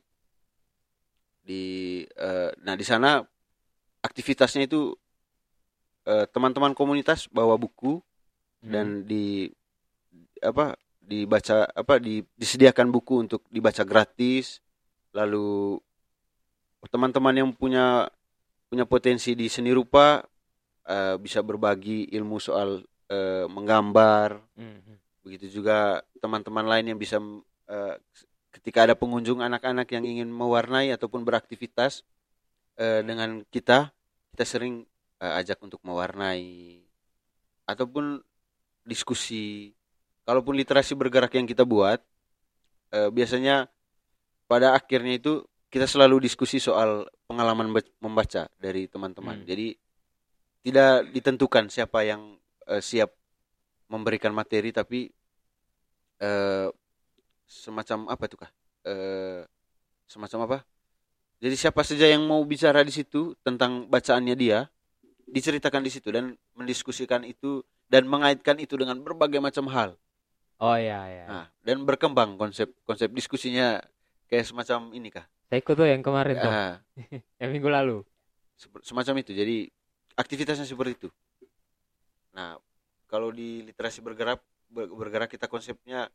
Di uh, nah di sana aktivitasnya itu uh, teman-teman komunitas bawa buku Hmm. dan di apa dibaca apa di, disediakan buku untuk dibaca gratis. Lalu teman-teman yang punya punya potensi di seni rupa uh, bisa berbagi ilmu soal uh, menggambar. Hmm. Begitu juga teman-teman lain yang bisa uh, ketika ada pengunjung anak-anak yang ingin mewarnai ataupun beraktivitas uh, dengan kita, kita sering uh, ajak untuk mewarnai ataupun diskusi. Kalaupun literasi bergerak yang kita buat, uh, biasanya pada akhirnya itu kita selalu diskusi soal pengalaman membaca dari teman-teman. Hmm. Jadi tidak ditentukan siapa yang uh, siap memberikan materi, tapi uh, semacam apa itu kah? Uh, semacam apa? Jadi siapa saja yang mau bicara di situ tentang bacaannya dia, diceritakan di situ dan mendiskusikan itu dan mengaitkan itu dengan berbagai macam hal. Oh ya ya. Nah, dan berkembang konsep konsep diskusinya kayak semacam ini kah? Saya ikut tuh yang kemarin tuh, Ah, yang minggu lalu. semacam itu. Jadi aktivitasnya seperti itu. Nah, kalau di literasi bergerak ber- bergerak kita konsepnya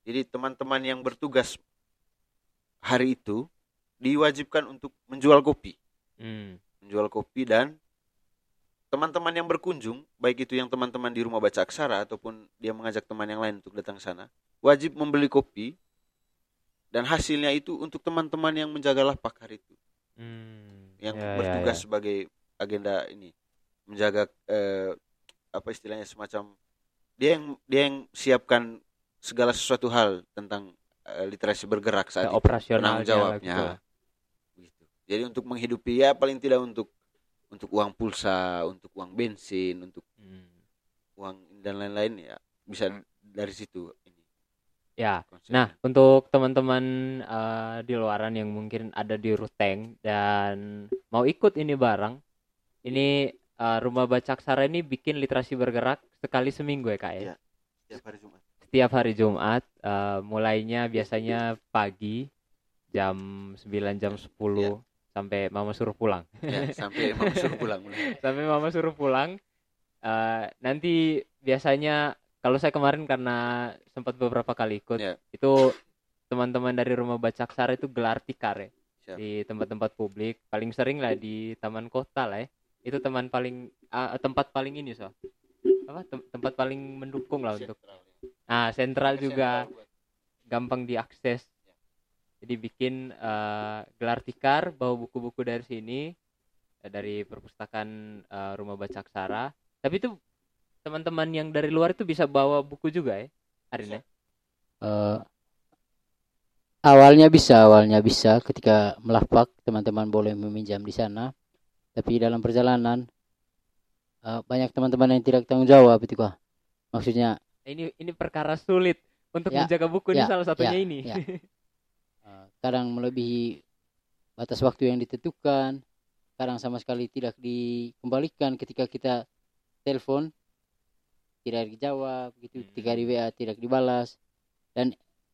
Jadi teman-teman yang bertugas hari itu diwajibkan untuk menjual kopi. Hmm. Menjual kopi dan teman-teman yang berkunjung, baik itu yang teman-teman di rumah baca aksara ataupun dia mengajak teman yang lain untuk datang sana, wajib membeli kopi dan hasilnya itu untuk teman-teman yang menjaga lapak hari itu. Hmm. Yang Ya, bertugas ya, ya. sebagai agenda ini, menjaga eh, apa istilahnya, semacam dia yang dia yang siapkan segala sesuatu hal tentang eh, literasi bergerak saat Ya, itu, operasionalnya penanggung jawabnya. lah Gitu. Jadi untuk menghidupi ya paling tidak untuk untuk uang pulsa, untuk uang bensin, untuk Hmm. uang dan lain-lain ya bisa dari situ ini. Ya. konsepnya. Nah, untuk teman-teman eh, di luaran yang mungkin ada di Ruteng dan mau ikut ini bareng, ini eh, Rumah Baca Aksara ini bikin literasi bergerak sekali seminggu ya, Kak ya? Iya. Setiap hari Jumat. Setiap hari Jumat, eh, mulainya biasanya pagi jam sembilan jam sepuluh sampai mama suruh pulang. Ya, sampai mau suruh pulang. mulai. Sampai mama suruh pulang. Eh, nanti biasanya kalau saya kemarin karena sempat beberapa kali ikut, Ya. itu teman-teman dari Rumah Baca Aksara itu gelar tikar ya. Siap. Di tempat-tempat publik, paling sering lah di taman kota lah ya. Itu teman paling ah, tempat paling ini so. Apa tem- tempat paling mendukung lah untuk. Nah, sentral juga gampang diakses. Jadi bikin eh, gelar tikar, bawa buku-buku dari sini, eh, dari perpustakaan eh, Rumah Baca Aksara. Tapi itu teman-teman yang dari luar itu bisa bawa buku juga ya, Arin ya? Eh, awalnya bisa, awalnya bisa ketika melapak teman-teman boleh meminjam di sana. Tapi dalam perjalanan eh, banyak teman-teman yang tidak tanggung jawab itu kah? Maksudnya Ini ini perkara sulit untuk Ya, menjaga buku ini ya, salah satunya ya, ini. ya. eh, kadang melebihi batas waktu yang ditentukan, kadang sama sekali tidak dikembalikan ketika kita telepon tidak dijawab gitu, ketika di W A tidak dibalas, dan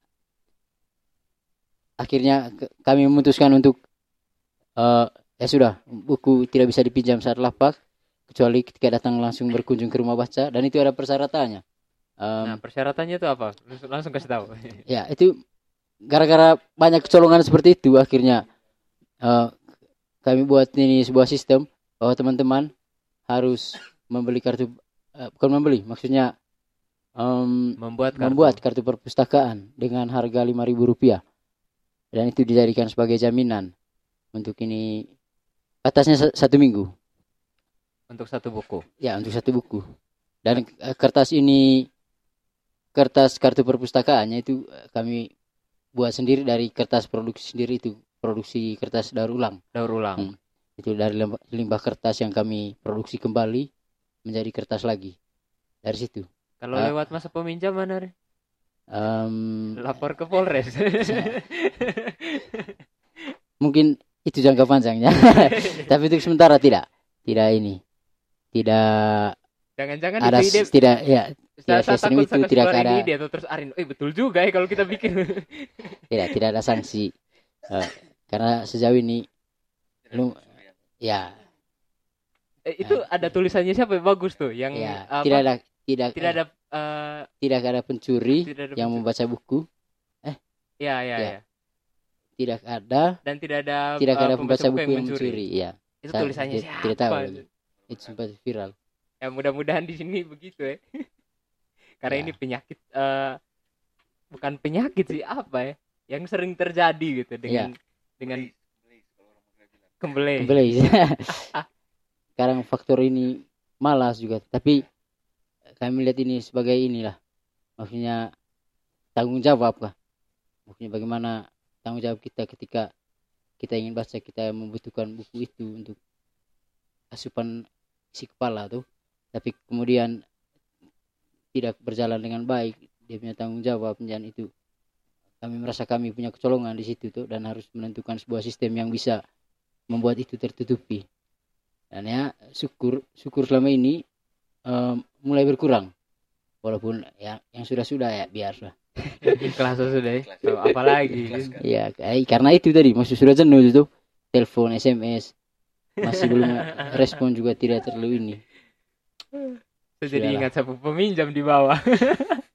akhirnya ke- kami memutuskan untuk eh, ya sudah, buku tidak bisa dipinjam saat lapak kecuali ketika datang langsung berkunjung ke rumah baca, dan itu ada persyaratannya. Em, Nah, persyaratannya itu apa? Langsung, langsung kasih tahu. ya itu gara-gara banyak kecolongan seperti itu akhirnya eh, kami buat ini sebuah sistem bahwa teman-teman harus membeli kartu, eh, bukan membeli, maksudnya em, Membuat kartu. membuat kartu perpustakaan dengan harga lima ribu rupiah, dan itu dijadikan sebagai jaminan untuk ini, batasnya sa- satu minggu Untuk satu buku. ya, untuk satu buku. Dan eh, kertas ini, kertas kartu perpustakaannya itu eh, kami buat sendiri dari kertas produksi sendiri, itu produksi kertas daur ulang. Daur ulang. Hmm. Itu dari limbah, limbah kertas yang kami produksi kembali menjadi kertas lagi dari situ. Kalau Ah. lewat masa peminjaman, Arin, Em, lapor ke Polres. mungkin itu jangka panjangnya, tapi untuk sementara tidak, tidak ini, tidak Jangan-jangan ada, itu ide. tidak ya, Saya, tidak saya sistem takut itu, saya kasih tidak keluar ada. ini ide atau terus Arin, eh betul juga ya kalau kita bikin. tidak tidak ada sanksi. Eh, karena sejauh ini lu ya Eh, itu ada tulisannya siapa? Bagus tuh, yang ya apa, tidak ada tidak tidak eh, ada eh, tidak ada pencuri tidak ada yang pencuri. membaca buku, Ya, ya, Ya. ya. tidak ada Dan tidak ada tidak eh, ada pembaca buku yang mencuri, ya. Itu Saya tulisannya tidak- siapa? tidak tahu lagi. Itu sempat viral. Ya mudah-mudahan di sini begitu ya. Karena Ya. ini penyakit eh, bukan penyakit sih, apa ya? Yang sering terjadi gitu dengan dengan kembali. Kembali. Sekarang faktor ini malas juga, tapi kami lihat ini sebagai inilah, maksudnya tanggung jawab kah? Maksudnya bagaimana tanggung jawab kita ketika kita ingin baca, kita membutuhkan buku itu untuk asupan isi kepala tuh, tapi kemudian tidak berjalan dengan baik, dia punya tanggung jawab, dan itu kami merasa kami punya kecolongan di situ tuh, dan harus menentukan sebuah sistem yang bisa membuat itu tertutupi. Dan ya syukur syukur selama ini em, mulai berkurang, walaupun ya yang sudah-sudah ya biarlah. Ikhlas sudah ya. So, apalagi Ya eh, karena itu tadi masih sudah jenuh itu, telepon, S M S masih belum respon juga, tidak terlalu ini. saya jadi Sudahlah. ingat sapu peminjam di bawah.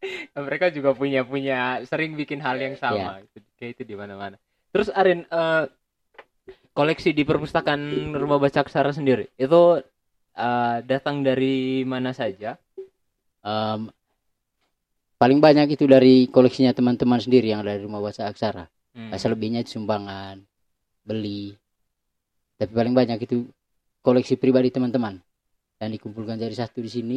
Mereka juga punya punya sering bikin hal yang sama. Iya. Itu kayak itu di mana-mana. Terus Arin, eh, koleksi di perpustakaan Rumah Baca Aksara sendiri itu eh, datang dari mana saja? Em, paling banyak itu dari koleksinya teman-teman sendiri yang dari Rumah Baca Aksara. Hmm. Selebihnya itu sumbangan, beli. Tapi paling banyak itu koleksi pribadi teman-teman dan dikumpulkan jadi satu di sini.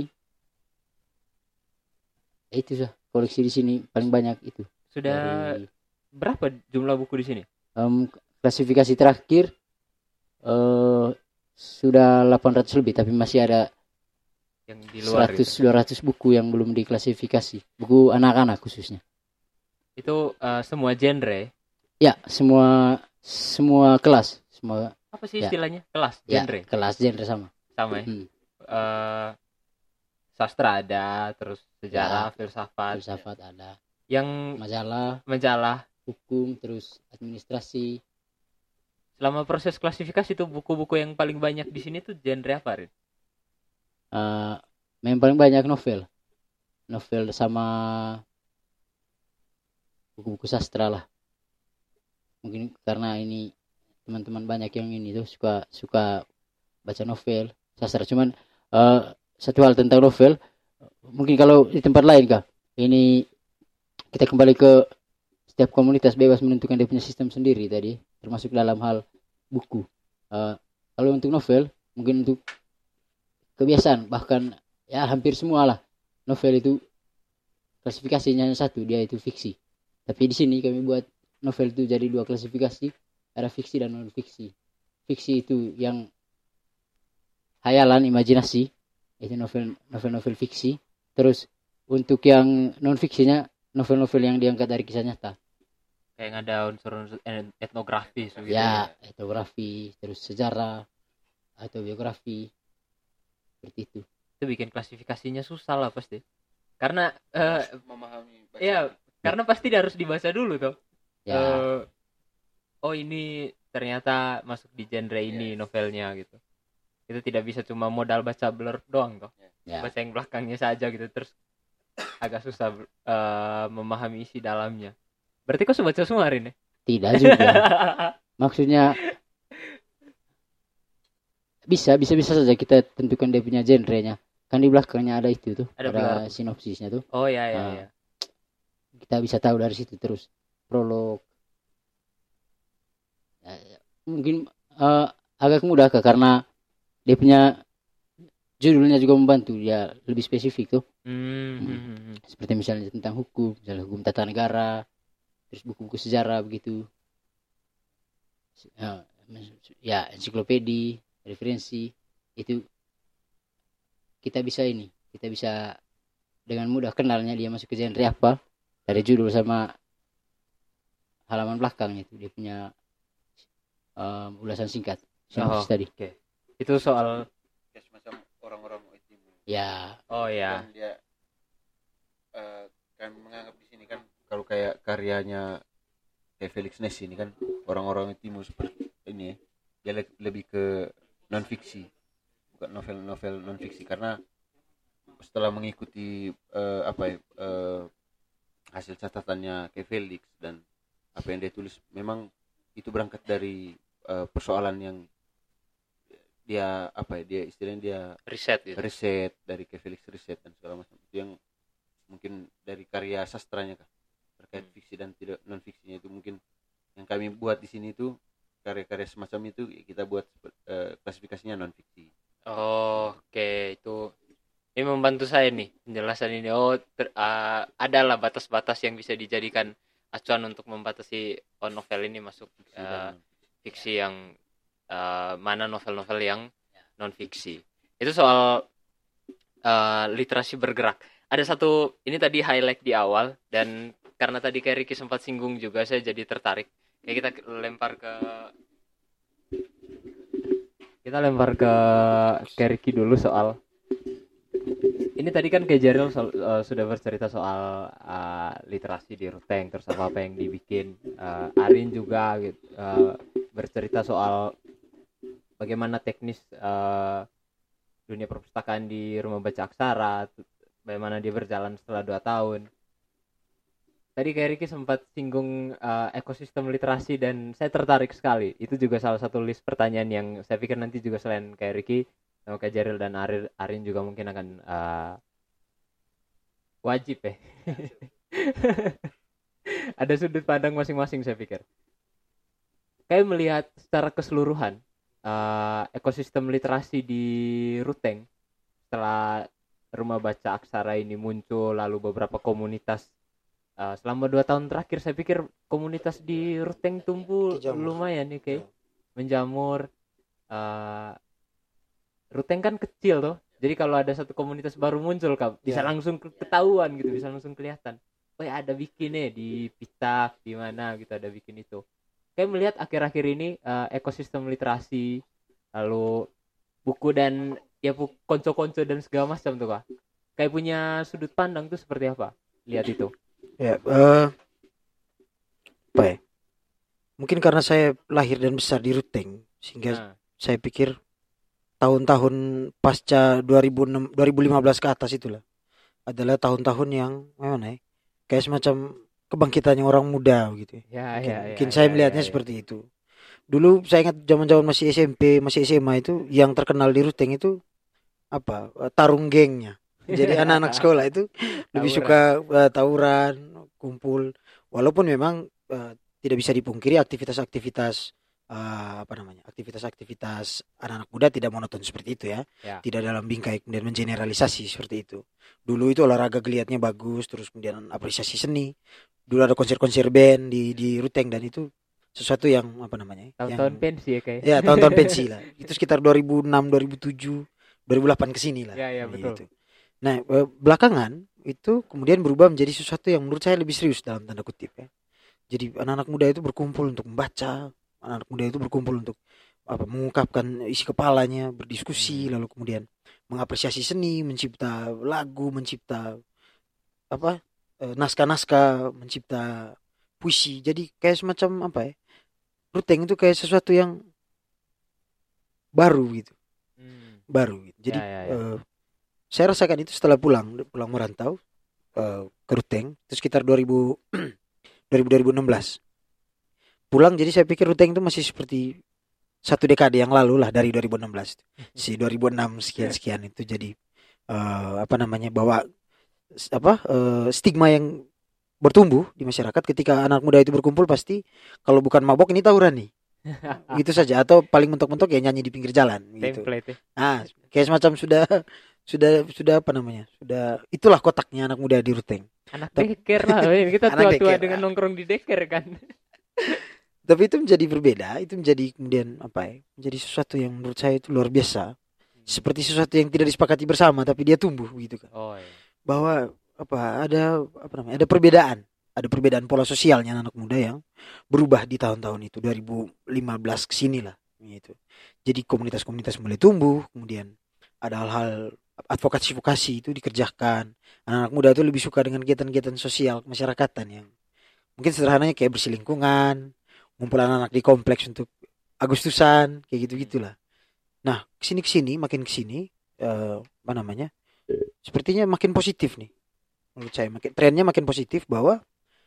Itu sah koleksi di sini paling banyak itu. Sudah Dari, berapa jumlah buku di sini? em, klasifikasi terakhir eh sudah delapan ratus lebih, tapi masih ada Yang di luar seratus itu. dua ratus buku yang belum diklasifikasi. Buku anak-anak khususnya. Itu eh, semua genre. Ya, semua semua kelas, semua Apa sih Ya. istilahnya? Kelas ya, genre. kelas genre sama. Sama ya. Hmm. Eh, sastra ada, terus sejarah, filsafat. Filsafat ada, Yang majalah, majalah. hukum, terus administrasi. Selama proses klasifikasi itu buku-buku yang paling banyak di sini tuh genre apa, Rin? Eh memang paling banyak novel. Novel sama buku-buku sastra lah. Mungkin karena ini teman-teman banyak yang ini tuh suka suka baca novel sastra. Cuman eh satu hal tentang novel, mungkin kalau di tempat lain kah, ini kita kembali ke setiap komunitas bebas menentukan dia punya sistem sendiri tadi, termasuk dalam hal buku. Eh kalau untuk novel, mungkin untuk kebiasaan, bahkan ya hampir semua lah novel itu klasifikasinya satu, dia itu fiksi. Tapi di sini kami buat novel itu jadi dua klasifikasi, ada fiksi dan non fiksi. Fiksi itu yang hayalan, imajinasi, itu novel novel-novel fiksi. Terus untuk yang non fiksinya, novel-novel yang diangkat dari kisah nyata. Kayak ada unsur-unsur etnografi gitu Ya, etnografi, terus sejarah atau biografi, seperti itu. Itu bikin klasifikasinya susah lah pasti. Karena eh, memahami baca. ya karena pasti harus dibaca dulu tuh. Ya, Eh, oh ini ternyata masuk di genre ini Yes. novelnya gitu. Itu tidak bisa cuma modal baca blur doang toh. ya. Baca yang belakangnya saja gitu, terus agak susah eh, memahami isi dalamnya. Berarti kau sudah baca semua hari ini? Tidak juga. Maksudnya bisa bisa bisa saja kita tentukan dia punya genrenya. Kan di belakangnya ada itu tuh, Ada ada, blur. sinopsisnya tuh. Oh ya ya Ah. ya. Kita bisa tahu dari situ terus. Prolog. Ya, ya. Mungkin eh, agak mudah Kak, karena dia punya judulnya juga membantu, dia lebih spesifik tuh. Hmm, Hmm. hmm, hmm, hmm. Seperti misalnya tentang hukum, misalnya hukum tata negara, terus buku-buku sejarah begitu. Ya, ya ensiklopedi, referensi, itu kita bisa ini, kita bisa dengan mudah kenalnya dia masuk ke genre apa dari judul sama halaman belakang itu, dia punya um, ulasan singkat, sinopsis Oh, tadi. Oke. Itu soal Ya, semacam orang-orang Oitimu. Ya, oh ya. Dan dia eh, kan menganggap di sini kan kalau kayak karyanya kayak Felix Ness ini kan orang-orang Oitimu seperti ini ya, dia le- lebih ke non fiksi, bukan novel-novel non fiksi, karena setelah mengikuti eh, apa ya eh, hasil catatannya kayak Felix dan apa yang dia tulis, memang itu berangkat dari eh, persoalan yang dia apa ya dia istilahnya dia Riset gitu. riset dari ke Felix riset dan segala macam itu yang mungkin dari karya sastranya kan terkait fiksi dan tidak non fiksinya, itu mungkin yang kami buat di sini itu karya-karya semacam itu kita buat eh, klasifikasinya non fiksi. Oh, oke, itu ini membantu saya nih penjelasan ini. Oh, ter, ah, adalah batas-batas yang bisa dijadikan acuan untuk membatasi oh, novel ini masuk Fiksi eh, dan fiksi yang eh, mana novel-novel yang non fiksi. Itu soal eh, literasi bergerak. Ada satu ini tadi highlight di awal, dan karena tadi kayak Ricky sempat singgung juga, saya jadi tertarik. Kayak kita lempar ke kita lempar ke ke Ricky dulu soal ini tadi kan kayak Jeril so, uh, sudah bercerita soal uh, literasi di Ruteng, terus apa apa yang dibikin. Uh, Arin juga gitu, uh, bercerita soal bagaimana teknis uh, dunia perpustakaan di Rumah Baca Aksara, bagaimana dia berjalan setelah dua tahun. tadi kayak Ricky sempat singgung uh, ekosistem literasi dan saya tertarik sekali. Itu juga salah satu list pertanyaan yang saya pikir nanti juga selain kayak Ricky sama kayak Jaril dan Arir, Arin juga mungkin akan uh, wajib ya. Ada sudut pandang masing-masing saya pikir. Kayak melihat secara keseluruhan uh, ekosistem literasi di Ruteng setelah Rumah Baca Aksara ini muncul, lalu beberapa komunitas uh, selama dua tahun terakhir saya pikir komunitas di Ruteng tumbuh Menjamur. lumayan nih kayak menjamur. Uh, Ruteng kan kecil tuh, jadi kalau ada satu komunitas baru muncul kan bisa Ya. langsung ketahuan gitu, bisa langsung kelihatan. Oh ya ada bikin nih di Pitak di mana gitu, ada bikin itu. Kayak melihat akhir-akhir ini uh, ekosistem literasi, lalu buku dan ya bu- konco-konco dan segala macam tuh Kak. Kayak punya sudut pandang tuh seperti apa? Lihat itu. Ya, eh, apa ya? Mungkin karena saya lahir dan besar di Ruteng, sehingga Nah, saya pikir tahun-tahun pasca dua ribu enam, dua ribu lima belas ke atas itulah adalah tahun-tahun yang mana ya? Kayak semacam kebangkitannya orang muda gitu. ya Mungkin, ya mungkin ya, saya ya, melihatnya ya, ya. seperti itu. Dulu saya ingat zaman-zaman masih S M P, masih S M A itu yang terkenal di Ruteng itu apa? eh, Tarung gengnya. Jadi anak-anak sekolah itu lebih Tawuran. suka eh, tawuran, kumpul. Walaupun memang eh, tidak bisa dipungkiri aktivitas-aktivitas eh, apa namanya? Aktivitas-aktivitas anak-anak muda tidak monoton seperti itu ya. Ya. Tidak dalam bingkai kemudian mengeneralisasi seperti itu. Dulu itu olahraga geliatnya bagus, terus kemudian apresiasi seni. Dulu ada konser-konser band di di Ruteng dan itu sesuatu yang apa namanya? Tahun-tahun Yang pensi ya kayak. ya tahun-tahun pensi lah. Itu sekitar dua ribu enam, dua ribu tujuh, dua ribu delapan ke sini lah. Ya ya betul. Gitu. Nah, eh, belakangan itu kemudian berubah menjadi sesuatu yang menurut saya lebih serius dalam tanda kutip ya. Jadi anak-anak muda itu berkumpul untuk membaca, anak-anak muda itu berkumpul untuk apa mengungkapkan isi kepalanya, berdiskusi, Hmm. lalu kemudian mengapresiasi seni, mencipta lagu, mencipta apa eh, naskah-naskah, mencipta puisi. Jadi kayak semacam apa ya? Ruteng itu kayak sesuatu yang baru gitu, Hmm. baru gitu. Jadi Ya, ya, ya. eh, saya rasakan itu setelah pulang pulang merantau eh, ke Ruteng itu sekitar dua ribu dua ribu dua ribu enam belas pulang. Jadi saya pikir Ruteng itu masih seperti satu dekade yang lalu lah dari dua ribu enam belas si dua ribu enam sekian sekian itu. Jadi eh, apa namanya bawa s- apa eh, stigma yang bertumbuh di masyarakat ketika anak muda itu berkumpul pasti kalau bukan mabok ini tawuran nih gitu saja, atau paling mentok-mentok ya nyanyi di pinggir jalan gitu. Template ya. Ah, kayak semacam sudah sudah sudah apa namanya? Sudah itulah kotaknya anak muda di Ruteng. Anak Tapi- deker lah, Win. Kita Anak tua-tua deker. dengan nongkrong di deker kan. Tapi itu menjadi berbeda, itu menjadi kemudian apa ya? Menjadi sesuatu yang menurut saya itu luar biasa. Seperti sesuatu yang tidak disepakati bersama tapi dia tumbuh gitu kan. Oh iya. Bahwa apa ada apa namanya? Ada perbedaan. Ada perbedaan pola sosialnya anak muda yang berubah di tahun-tahun itu dua ribu lima belas ke sini lah gitu. Jadi komunitas-komunitas mulai tumbuh, kemudian ada hal-hal advokasi-advokasi itu dikerjakan. Anak-anak muda itu lebih suka dengan kegiatan-kegiatan sosial kemasyarakatan yang mungkin sederhananya kayak bersih lingkungan, ngumpul anak-anak di kompleks untuk Agustusan, kayak gitu-gitulah. Nah, kesini kesini makin kesini eh, apa namanya? Sepertinya makin positif nih. Menurut saya makin trennya makin positif bahwa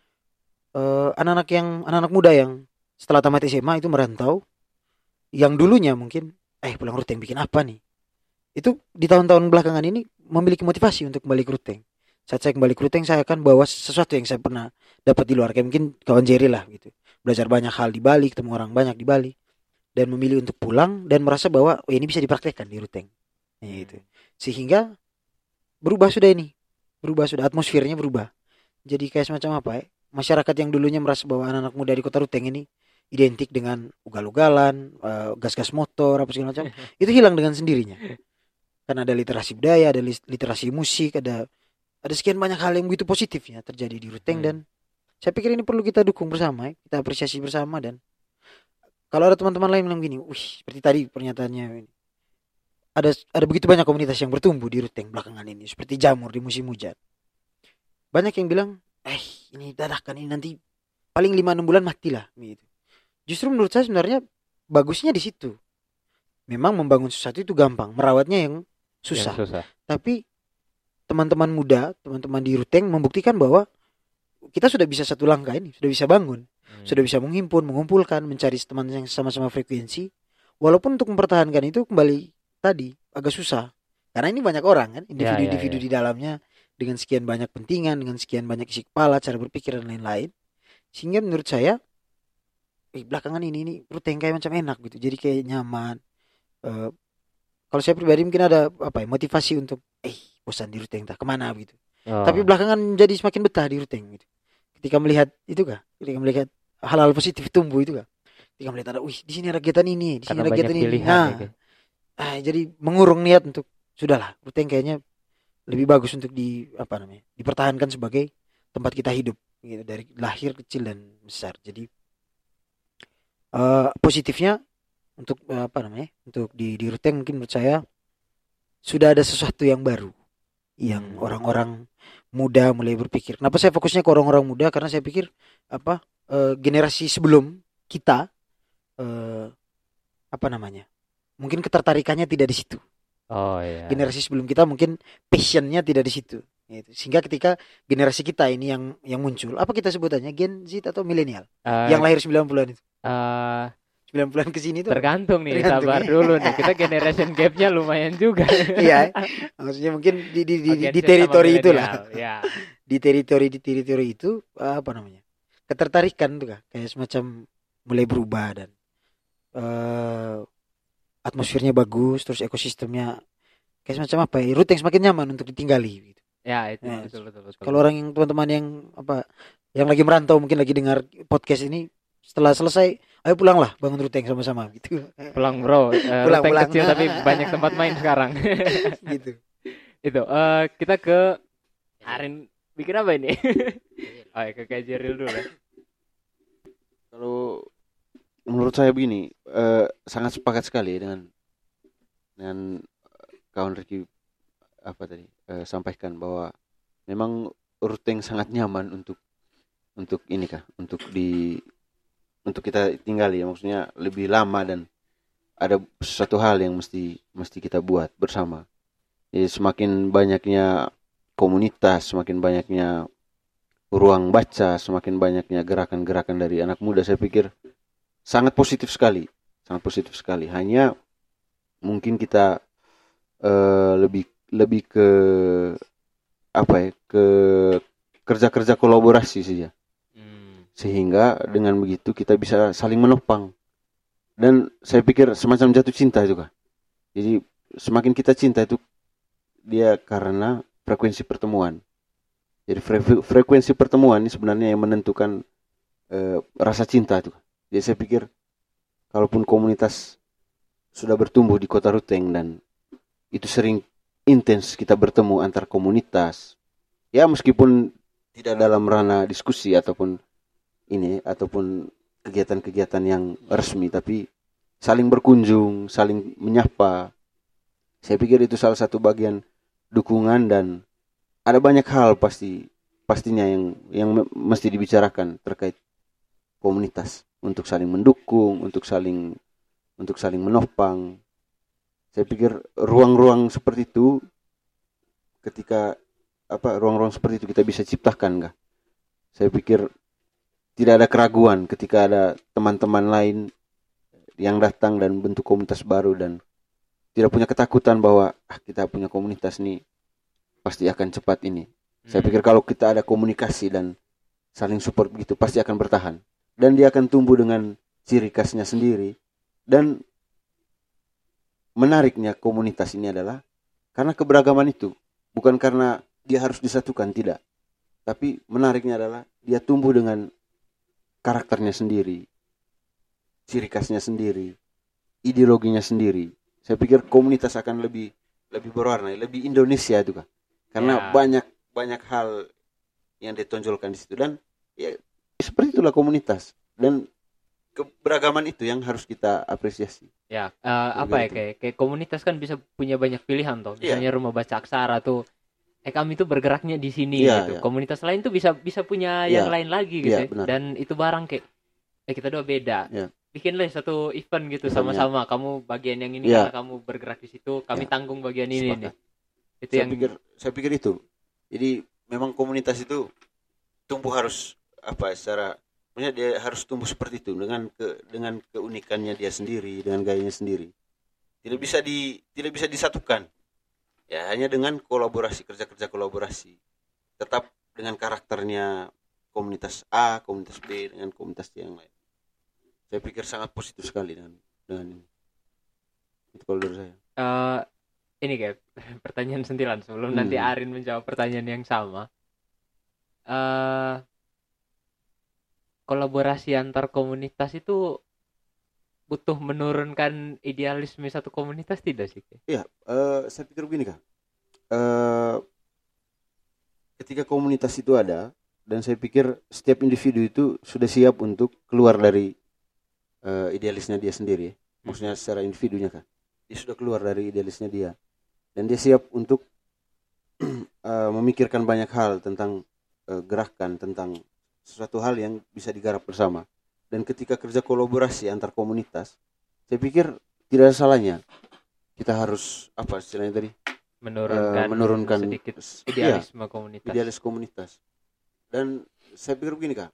eh, anak-anak yang anak-anak muda yang setelah tamat S M A itu merantau, yang dulunya mungkin eh pulang Ruteng bikin apa nih? Itu di tahun-tahun belakangan ini memiliki motivasi untuk kembali ke Ruteng. Saat saya kembali ke Ruteng, saya akan bawa sesuatu yang saya pernah dapat di luar, kayak mungkin kawan Jerry lah gitu. Belajar banyak hal di Bali, ketemu orang banyak di Bali, dan memilih untuk pulang dan merasa bahwa oh, ini bisa dipraktekkan di Ruteng. Gitu. Sehingga berubah sudah ini, berubah sudah atmosfernya berubah. Jadi kayak semacam apa ya? Masyarakat yang dulunya merasa bahwa anak-anak muda di Kota Ruteng ini identik dengan ugal-ugalan, uh, gas-gas motor, apa segala macam, itu hilang dengan sendirinya. Karena ada literasi budaya, ada literasi musik, ada ada sekian banyak hal yang begitu positifnya terjadi di Ruteng. Hmm. Dan saya pikir ini perlu kita dukung bersama, ya. Kita apresiasi bersama. Dan kalau ada teman-teman lain bilang gini, wih seperti tadi pernyataannya ini, ada ada begitu banyak komunitas yang bertumbuh di Ruteng belakangan ini, seperti jamur di musim hujan. Banyak yang bilang, eh ini dadakan ini nanti paling lima enam bulan matilah gitu. Justru menurut saya sebenarnya bagusnya di situ. Memang membangun sesuatu itu gampang, merawatnya yang susah. Yang susah. Tapi teman-teman muda, teman-teman di Ruteng membuktikan bahwa kita sudah bisa satu langkah ini, sudah bisa bangun, Hmm. sudah bisa menghimpun, mengumpulkan, mencari teman yang sama-sama frekuensi. Walaupun untuk mempertahankan itu kembali tadi agak susah. Karena ini banyak orang kan, individu-individu ya, ya. di dalamnya dengan sekian banyak pentingan, dengan sekian banyak isi kepala, cara berpikir dan lain-lain. Sehingga menurut saya eh, belakangan ini ini rute yang kayak macam enak gitu. Jadi kayak nyaman. Eh, kalau saya pribadi mungkin ada apa ya, motivasi untuk eh bosan di Ruteng tak kemana gitu. Oh. Tapi belakangan jadi semakin betah di Ruteng gitu. Ketika melihat itu kah? Ketika melihat hal-hal positif tumbuh itu kah? Ketika melihat ada, wih di sini ada kegiatan ini, di sini Karena ada banyak kegiatan ini. pilihan Nah, ya, Kak. ah, jadi mengurung niat untuk sudahlah Ruteng kayaknya lebih bagus untuk di apa namanya dipertahankan sebagai tempat kita hidup gitu dari lahir kecil dan besar. Jadi eh, positifnya untuk eh, apa namanya untuk di di Ruteng mungkin menurut saya sudah ada sesuatu yang baru yang Hmm. orang-orang muda mulai berpikir. Kenapa saya fokusnya ke orang-orang muda? Karena saya pikir apa eh, generasi sebelum kita eh, apa namanya mungkin ketertarikannya tidak di situ. Oh iya. Generasi sebelum kita mungkin passionnya tidak di situ. Gitu. Sehingga ketika generasi kita ini yang yang muncul, apa kita sebutannya Gen Z atau milenial? Eh, yang lahir sembilan puluhan itu. eh, sembilan puluhan ke sini tuh. tergantung nih, Tergantung, sabar ya. dulu nih. Kita generation gapnya lumayan juga. Iya. Maksudnya mungkin di di di, Oh, Gen di Z teritori sama itulah. milenial, ya. Di teritori di teritori itu apa namanya? Ketertarikan tuh kah? Kayak semacam mulai berubah dan eh atmosfernya bagus, terus ekosistemnya kayak semacam apa ya? Rute yang semakin nyaman untuk ditinggali gitu. Ya itu Nah, betul betul betul. Kalau orang yang teman-teman yang apa yang lagi merantau mungkin lagi dengar podcast ini setelah selesai ayo pulanglah bangun Ruteng sama-sama gitu. pulang bro, eh, Pulang, Ruteng pulang. kecil tapi banyak tempat main sekarang. gitu. Itu eh, kita ke Arin bikin apa ini? Oh ya, ke Kajiril dulu ya. Kalau menurut saya begini, eh, sangat sepakat sekali dengan dengan eh, kawan Ricky apa tadi eh, sampaikan bahwa memang Ruteng sangat nyaman untuk untuk ini kah, untuk di untuk kita tinggali ya, maksudnya lebih lama dan ada sesuatu hal yang mesti mesti kita buat bersama. Jadi semakin banyaknya komunitas, semakin banyaknya ruang baca, semakin banyaknya gerakan-gerakan dari anak muda, saya pikir sangat positif sekali, sangat positif sekali. Hanya mungkin kita uh, lebih lebih ke apa ya, ke kerja-kerja kolaborasi saja, Hmm. sehingga dengan begitu kita bisa saling menopang. Dan saya pikir semacam jatuh cinta itu kah. Jadi semakin kita cinta itu dia karena frekuensi pertemuan. Jadi fre- frekuensi pertemuan ini sebenarnya yang menentukan uh, rasa cinta itu. Jadi saya pikir kalaupun komunitas sudah bertumbuh di Kota Ruteng dan itu sering intens kita bertemu antar komunitas, ya meskipun tidak dalam ranah diskusi ataupun ini ataupun kegiatan-kegiatan yang resmi, tapi saling berkunjung, saling menyapa. Saya pikir itu salah satu bagian dukungan dan ada banyak hal pasti pastinya yang yang mesti dibicarakan terkait komunitas untuk saling mendukung, untuk saling untuk saling menopang. Saya pikir ruang-ruang seperti itu ketika apa ruang-ruang seperti itu kita bisa ciptakan enggak? Saya pikir tidak ada keraguan ketika ada teman-teman lain yang datang dan bentuk komunitas baru dan tidak punya ketakutan bahwa ah, kita punya komunitas nih pasti akan cepat ini. Hmm. Saya pikir kalau kita ada komunikasi dan saling support begitu pasti akan bertahan dan dia akan tumbuh dengan ciri khasnya sendiri. Dan menariknya komunitas ini adalah karena keberagaman itu, bukan karena dia harus disatukan, tidak. Tapi menariknya adalah dia tumbuh dengan karakternya sendiri, ciri khasnya sendiri, ideologinya sendiri. Saya pikir komunitas akan lebih lebih berwarna, lebih Indonesia itu kan. Karena Ya. banyak banyak hal yang ditonjolkan di situ dan ya seperti itulah komunitas dan keberagaman itu yang harus kita apresiasi. Ya, eh, apa ya Begitu. kayak kayak komunitas kan bisa punya banyak pilihan toh. Iya. Misalnya rumah baca aksara tuh, eh kami tuh bergeraknya di sini Iya, gitu. iya. Komunitas lain tuh bisa bisa punya Iya. yang lain lagi gitu. Iya, ya. benar. Dan itu barang kayak eh kita dua beda. Iya. Bikinlah satu event gitu Event, sama-sama. Kamu bagian yang ini Iya. karena kamu bergerak di situ, kami Iya. tanggung bagian ini Sepakat. nih. Itu Saya yang pikir saya pikir itu. Jadi memang komunitas itu tumbuh harus apa secara maksudnya dia harus tumbuh seperti itu dengan ke dengan keunikannya dia sendiri, dengan gayanya sendiri. Tidak bisa di tidak bisa disatukan. Ya, hanya dengan kolaborasi, kerja-kerja kolaborasi. Tetap dengan karakternya komunitas A, komunitas B dengan komunitas yang lain. Saya pikir sangat positif sekali dengan dengan ini. Itu kalau dari saya. Eh, ini kayak pertanyaan sentilan sebelum Hmm. nanti Arin menjawab pertanyaan yang sama. Eh, kolaborasi antar komunitas itu butuh menurunkan idealisme satu komunitas tidak sih? Kay? Iya, eh, saya pikir begini Kak. Eh, ketika komunitas itu ada, dan saya pikir setiap individu itu sudah siap untuk keluar dari eh, idealisnya dia sendiri. Maksudnya secara individunya kan. Dia sudah keluar dari idealisnya dia. Dan dia siap untuk eh, memikirkan banyak hal tentang eh, gerakan, tentang sesuatu hal yang bisa digarap bersama. Dan ketika kerja kolaborasi antar komunitas, saya pikir tidak ada salahnya. Kita harus apa istilahnya tadi? Menurunkan, Eh, menurunkan sedikit s- idealisme iya, komunitas. idealis komunitas. Dan saya pikir begini Kak,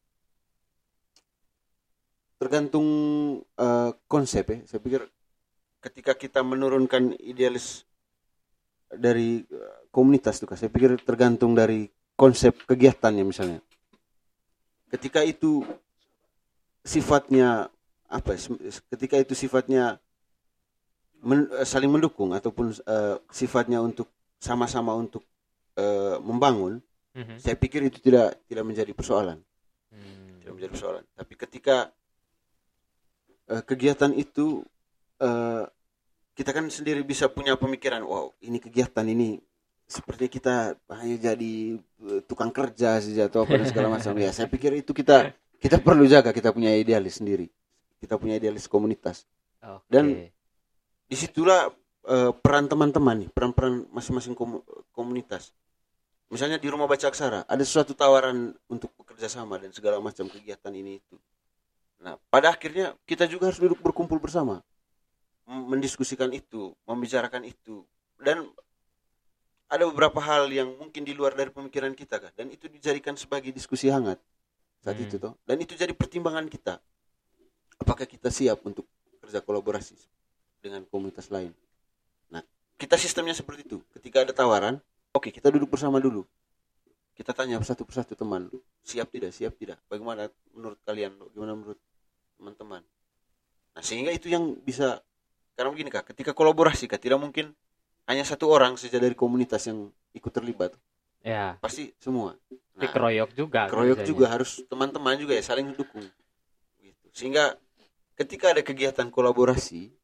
tergantung eh, konsep ya. Saya pikir ketika kita menurunkan idealis dari eh, komunitas tuh Kak, saya pikir tergantung dari konsep kegiatannya misalnya. Ketika itu sifatnya apa? ya, Ketika itu sifatnya men- eh, saling mendukung ataupun eh, sifatnya untuk sama-sama untuk eh, membangun, Mhm. saya pikir itu tidak tidak menjadi persoalan. Hmm. Tidak menjadi persoalan. Tapi ketika uh, kegiatan itu uh, kita kan sendiri bisa punya pemikiran, wow ini kegiatan ini seperti kita hanya jadi uh, tukang kerja saja atau apa dan segala macam. Ya saya pikir itu kita kita perlu jaga, kita punya idealis sendiri, kita punya idealis komunitas. Oke. Dan disitulah uh, peran teman-teman nih, peran-peran masing-masing komu- komunitas. Misalnya di Rumah Baca Aksara ada suatu tawaran untuk bekerja sama dan segala macam kegiatan ini itu. Nah, pada akhirnya kita juga harus duduk berkumpul bersama, m- mendiskusikan itu, membicarakan itu, dan ada beberapa hal yang mungkin di luar dari pemikiran kita kan, dan itu dijadikan sebagai diskusi hangat saat Hmm. itu toh, dan itu jadi pertimbangan kita. Apakah kita siap untuk kerja kolaborasi dengan komunitas lain? Nah, kita sistemnya seperti itu. Ketika ada tawaran, oke kita duduk bersama dulu. Kita tanya satu persatu teman, siap tidak, siap tidak. Bagaimana menurut kalian, bagaimana menurut teman-teman. Nah sehingga itu yang bisa, karena begini Kak, ketika kolaborasi Kak, tidak mungkin hanya satu orang saja dari komunitas yang ikut terlibat. Ya, Pasti semua. tapi Nah, keroyok juga. keroyok biasanya. juga harus teman-teman juga ya saling mendukung. Gitu. Sehingga ketika ada kegiatan kolaborasi,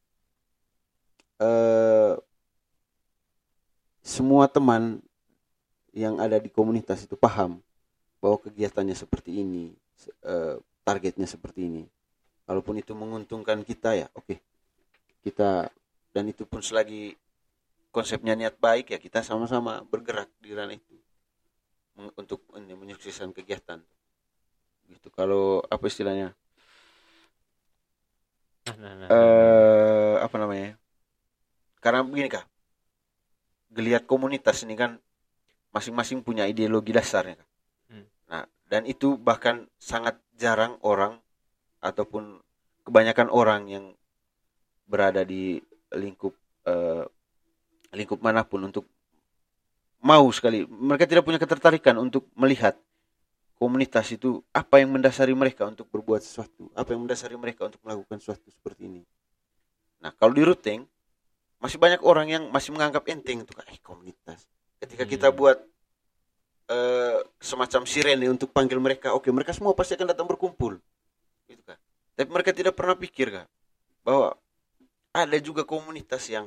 eh, semua teman yang ada di komunitas itu paham bahwa kegiatannya seperti ini, se- eh, targetnya seperti ini. Kalaupun itu menguntungkan kita ya, oke. Kita dan itu pun selagi konsepnya niat baik ya kita sama-sama bergerak di ranah itu Meng- untuk ini, menyukseskan kegiatan. Gitu. Kalau apa istilahnya? Nah, nah, nah, nah. Eh, apa namanya? Karena begini Kak, geliat komunitas ini kan masing-masing punya ideologi dasarnya Kak. Hmm. Nah, dan itu bahkan sangat jarang orang ataupun kebanyakan orang yang berada di lingkup eh, lingkup manapun untuk mau sekali, mereka tidak punya ketertarikan untuk melihat komunitas itu apa yang mendasari mereka untuk berbuat sesuatu, apa yang mendasari mereka untuk melakukan sesuatu seperti ini. Nah, kalau di Ruteng masih banyak orang yang masih menganggap enteng itu kayak eh, komunitas. Ketika kita Hmm. buat eh, semacam sirene untuk panggil mereka, oke mereka semua pasti akan datang berkumpul, gitu kan. Tapi mereka tidak pernah pikir kan bahwa ada juga komunitas yang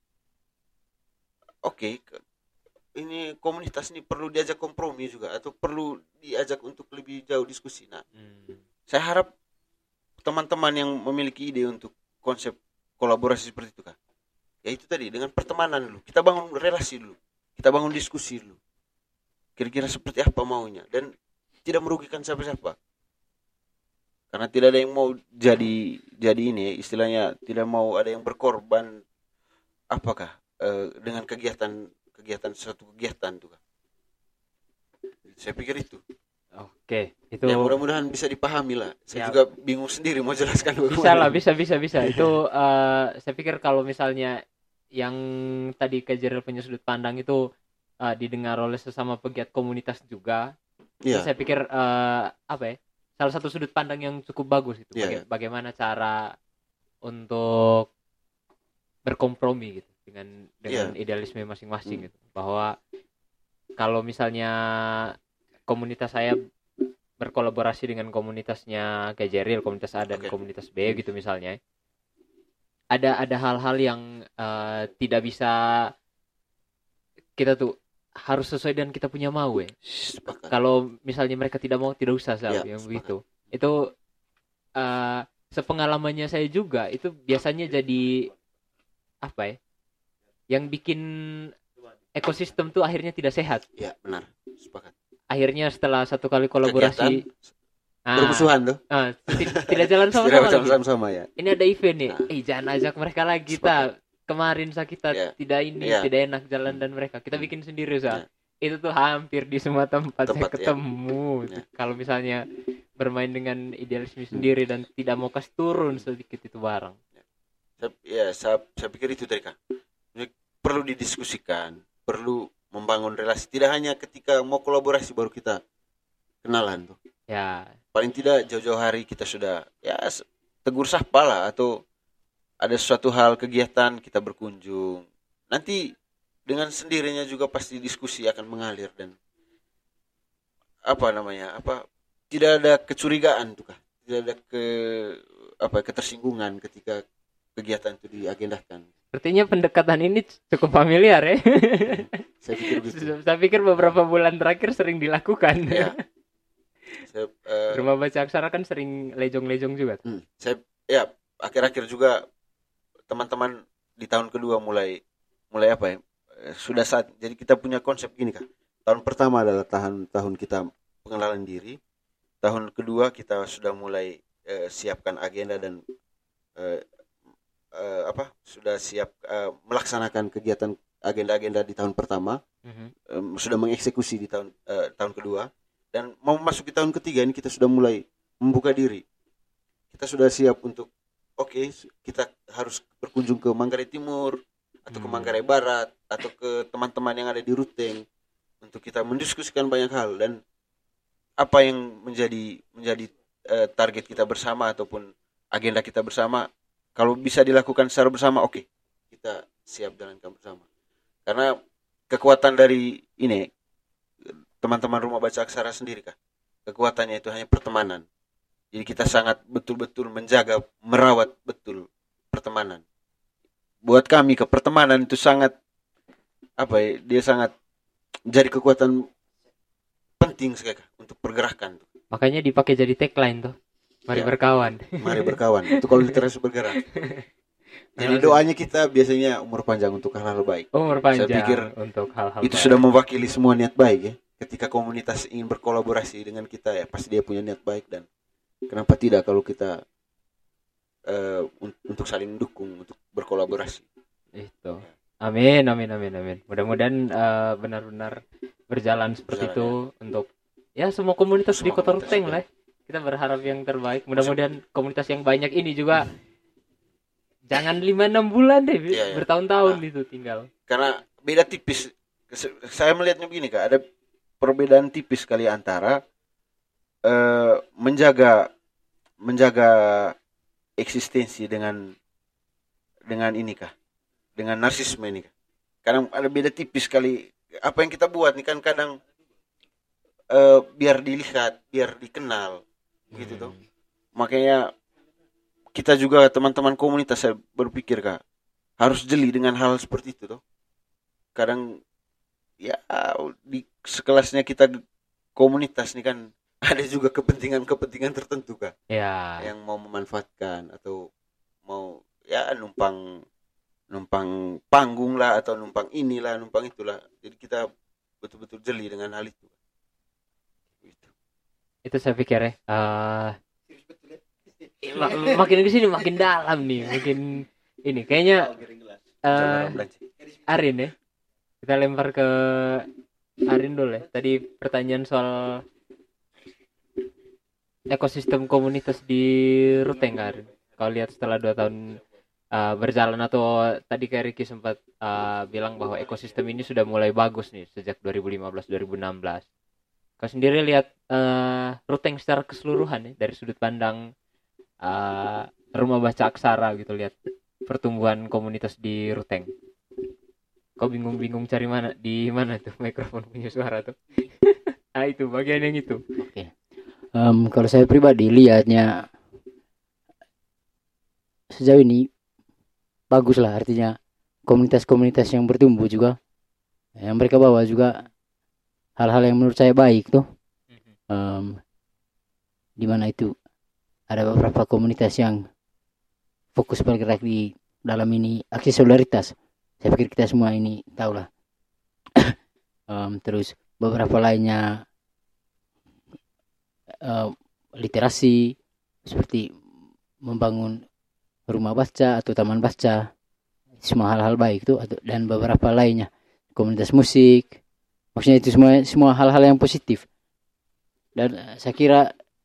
oke ke- ini komunitas ini perlu diajak kompromi juga atau perlu diajak untuk lebih jauh diskusi. Nah, Hmm. saya harap teman-teman yang memiliki ide untuk konsep kolaborasi seperti itu kan, ya itu tadi dengan pertemanan dulu, kita bangun relasi dulu, kita bangun diskusi dulu, kira-kira seperti apa maunya dan tidak merugikan siapa-siapa, karena tidak ada yang mau jadi jadi ini istilahnya, tidak mau ada yang berkorban apakah eh, dengan kegiatan kegiatan suatu kegiatan tuh kan. Saya pikir itu Oke, itu Ya mudah-mudahan bisa dipahami lah. Saya Ya. juga bingung sendiri mau jelaskan bisa bagaimana. lah, bisa bisa bisa. Itu eh, saya pikir kalau misalnya yang tadi Kak Jeril punya sudut pandang itu eh, didengar oleh sesama pegiat komunitas juga, itu Iya, saya pikir eh, apa ya? Salah satu sudut pandang yang cukup bagus itu. Iya, Baga- iya. Bagaimana cara untuk berkompromi gitu dengan dengan idealisme masing-masing Hmm. gitu. Bahwa kalau misalnya komunitas saya berkolaborasi dengan komunitasnya Kak Jeril, komunitas A dan Oke. komunitas B gitu misalnya, ada ada hal-hal yang eh, tidak bisa kita tuh harus sesuai dengan kita punya mau ya. sepakat. Kalau misalnya mereka tidak mau, tidak usah Sal, Ya, yang sepakat. begitu. Itu eh, sepengalamannya saya juga itu biasanya jadi apa ya? Yang bikin ekosistem tuh akhirnya tidak sehat. Ya, benar. Sepakat. Akhirnya setelah satu kali kolaborasi, Kegiatan ah, bermusuhan tuh. ah, ti- tidak jalan Tidak sama-sama lagi. sama-sama ya. Ini ada event nih, Nah. eh jangan ajak mereka lagi, kita kemarin sa kita Ya. tidak ini Ya. tidak enak jalan dan mereka kita Hmm. bikin sendiri sa. Ya. Itu tuh hampir di semua tempat, Tempat, saya ya. ketemu. Ya. Kalau misalnya bermain dengan idealisme sendiri dan tidak mau kasih turun sedikit itu barang. Saya, ya, saya, saya pikir itu tadi Kak. Ini perlu didiskusikan, perlu membangun relasi. Tidak hanya ketika mau kolaborasi baru kita kenalan tuh. Ya, Paling tidak jauh-jauh hari kita sudah ya se- tegur sapa lah, atau ada suatu hal kegiatan kita berkunjung. Nanti dengan sendirinya juga pasti diskusi akan mengalir dan apa namanya apa tidak ada kecurigaan tuh Kak. Tidak ada ke apa ketersinggungan ketika kegiatan itu diagendakan. sepertinya pendekatan ini cukup familiar ya. Saya pikir gitu. Saya pikir beberapa bulan terakhir sering dilakukan. Ya. Saya, eh, Rumah baca aksara kan sering lejong-lejong juga. hmm, saya ya akhir-akhir juga teman-teman di tahun kedua mulai mulai apa ya? eh, Sudah saat jadi kita punya konsep gini Kak. Tahun pertama adalah tahun tahun kita pengenalan diri. Tahun kedua kita sudah mulai eh, siapkan agenda dan eh, eh, apa? Sudah siap eh, melaksanakan kegiatan agenda-agenda di tahun pertama. Mhm. Em, sudah mengeksekusi di tahun eh, tahun kedua dan mau masuk di tahun ketiga ini kita sudah mulai membuka diri. Kita sudah siap untuk oke okay, kita harus berkunjung ke Manggarai Timur atau ke Hmm. Manggarai Barat atau ke teman-teman yang ada di Ruteng untuk kita mendiskusikan banyak hal dan apa yang menjadi menjadi eh, target kita bersama ataupun agenda kita bersama kalau bisa dilakukan secara bersama oke okay, kita siap jalankan bersama. Karena kekuatan dari ini teman-teman rumah baca aksara sendiri Kak. Kekuatannya itu hanya pertemanan. Jadi kita sangat betul-betul menjaga, merawat betul pertemanan. Buat kami ke pertemanan itu sangat apa ya? Dia sangat menjadi kekuatan penting sekali Kak, untuk pergerakan. Makanya dipakai jadi tagline tuh. Mari Ya. berkawan. Mari berkawan. Itu kalau terus bergerak. Jadi doanya kita biasanya umur panjang untuk hal-hal baik. Umur panjang Saya pikir untuk hal-hal Itu baik. sudah mewakili semua niat baik ya. Ketika komunitas ingin berkolaborasi dengan kita ya pasti dia punya niat baik dan kenapa tidak kalau kita uh, un- untuk saling mendukung untuk berkolaborasi. Itu. Amin, amin, amin, amin. Mudah-mudahan eh, benar-benar berjalan seperti Berjalan, itu untuk ya semua komunitas Semua di Kota komunitas, Ruteng ya. lah. Kita berharap yang terbaik. Mudah-mudahan komunitas yang banyak ini juga jangan lima enam bulan deh, Iya, iya. bertahun-tahun Nah. itu tinggal. Karena beda tipis. Se- Saya melihatnya begini Kak, ada perbedaan tipis kali antara uh, menjaga menjaga eksistensi dengan dengan ini Kak. Dengan narsisme ini Kak. Kadang ada beda tipis kali. Apa yang kita buat nih kan kadang eh, biar dilihat, biar dikenal, gitu tuh. Makanya kita juga teman-teman komunitas saya berpikir Kak, harus jeli dengan hal seperti itu tuh. Kadang ya di sekelasnya kita komunitas nih kan ada juga kepentingan-kepentingan tertentu Kak, Ya. yang mau memanfaatkan atau mau ya numpang numpang panggung lah atau numpang inilah numpang itulah, jadi kita betul-betul jeli dengan hal itu. Gitu. Itu saya pikir ya. eh, mak- makin ke sini makin dalam nih, makin ini kayaknya eh, Arin ya. Kita lempar ke Arin dulu ya. Tadi pertanyaan soal ekosistem komunitas di Ruteng kan? Kau lihat setelah dua tahun uh, berjalan, atau tadi kayak Ricky sempat uh, bilang bahwa ekosistem ini sudah mulai bagus nih sejak dua ribu lima belas dua ribu enam belas. Kau sendiri lihat uh, Ruteng secara keseluruhan ya, dari sudut pandang uh, rumah baca aksara gitu, lihat pertumbuhan komunitas di Ruteng. Kau bingung-bingung cari mana di mana tuh mikrofon punya suara tuh. Ah itu bagian yang itu. Um, kalau saya pribadi lihatnya sejauh ini bagus lah, artinya komunitas-komunitas yang bertumbuh juga, yang mereka bawa juga hal-hal yang menurut saya baik tuh. Um, di mana itu ada beberapa komunitas yang fokus bergerak di dalam ini aksi solidaritas. Saya pikir kita semua ini tahu lah. um, terus beberapa lainnya uh, literasi, seperti membangun rumah baca atau taman baca, semua hal-hal baik itu. Dan beberapa lainnya komunitas musik, maksudnya itu semua semua hal-hal yang positif. Dan uh, saya kira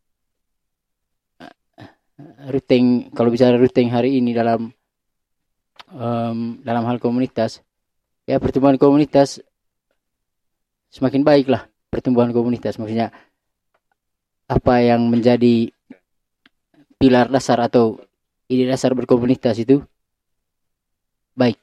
uh, Ruteng, kalau bicara Ruteng hari ini dalam um, dalam hal komunitas, ya pertumbuhan komunitas semakin baik lah. Pertumbuhan komunitas maksudnya apa yang menjadi pilar dasar atau ide dasar berkomunitas itu baik.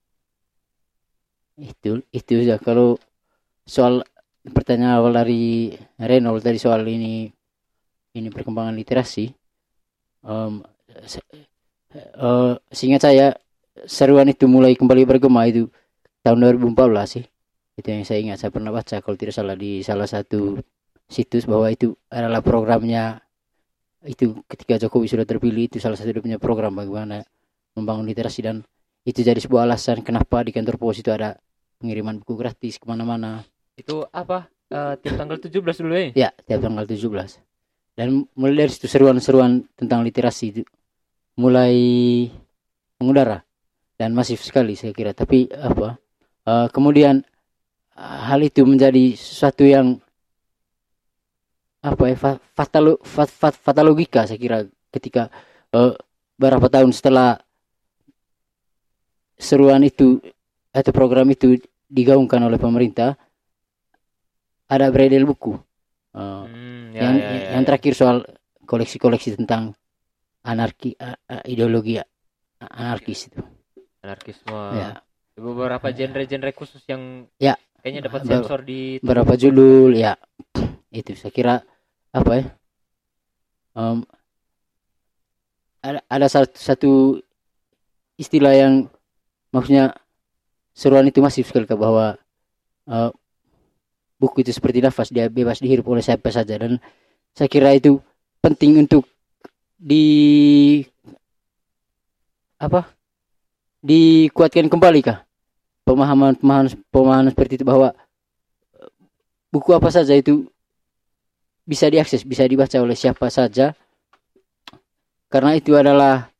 Itu itu saja. Kalau soal pertanyaan awal dari Renol tadi soal ini ini perkembangan literasi, um, uh, seingat saya seruan itu mulai kembali bergema itu tahun dua ribu empat belas sih. Itu yang saya ingat, saya pernah baca kalau tidak salah di salah satu situs bahwa itu adalah programnya itu ketika Jokowi sudah terpilih, itu salah satu dia punya program bagaimana membangun literasi. Dan itu jadi sebuah alasan kenapa di kantor pos itu ada pengiriman buku gratis kemana-mana. Itu apa? Uh, tiap tanggal tujuh belas dulu ya? Ya, tiap tanggal tujuh belas. Dan mulai dari situ seruan-seruan tentang literasi itu mulai mengudara dan masif sekali saya kira. Tapi apa? Uh, kemudian uh, hal itu menjadi sesuatu yang apa ya, fatalo, fat, fat, fatalogika saya kira ketika uh, beberapa tahun setelah seruan itu atau program itu digaungkan oleh pemerintah, ada beredar buku uh, hmm, ya, yang ya, ya, yang ya. terakhir soal koleksi-koleksi tentang anarki uh, uh, ideologi anarkis itu. Anarkisme. Ya. Beberapa genre-genre khusus yang ya kayaknya dapat ber- sensor di beberapa judul ya. Itu saya kira apa ya, um, ada, ada satu, satu istilah yang maksudnya seruan itu masif sekali bahwa uh, buku itu seperti nafas, dia bebas dihirup oleh siapa saja. Dan saya kira itu penting untuk di apa dikuatkan kembali kah pemahaman pemahaman pemahaman seperti itu, bahwa buku apa saja itu bisa diakses, bisa dibaca oleh siapa saja, karena itu adalah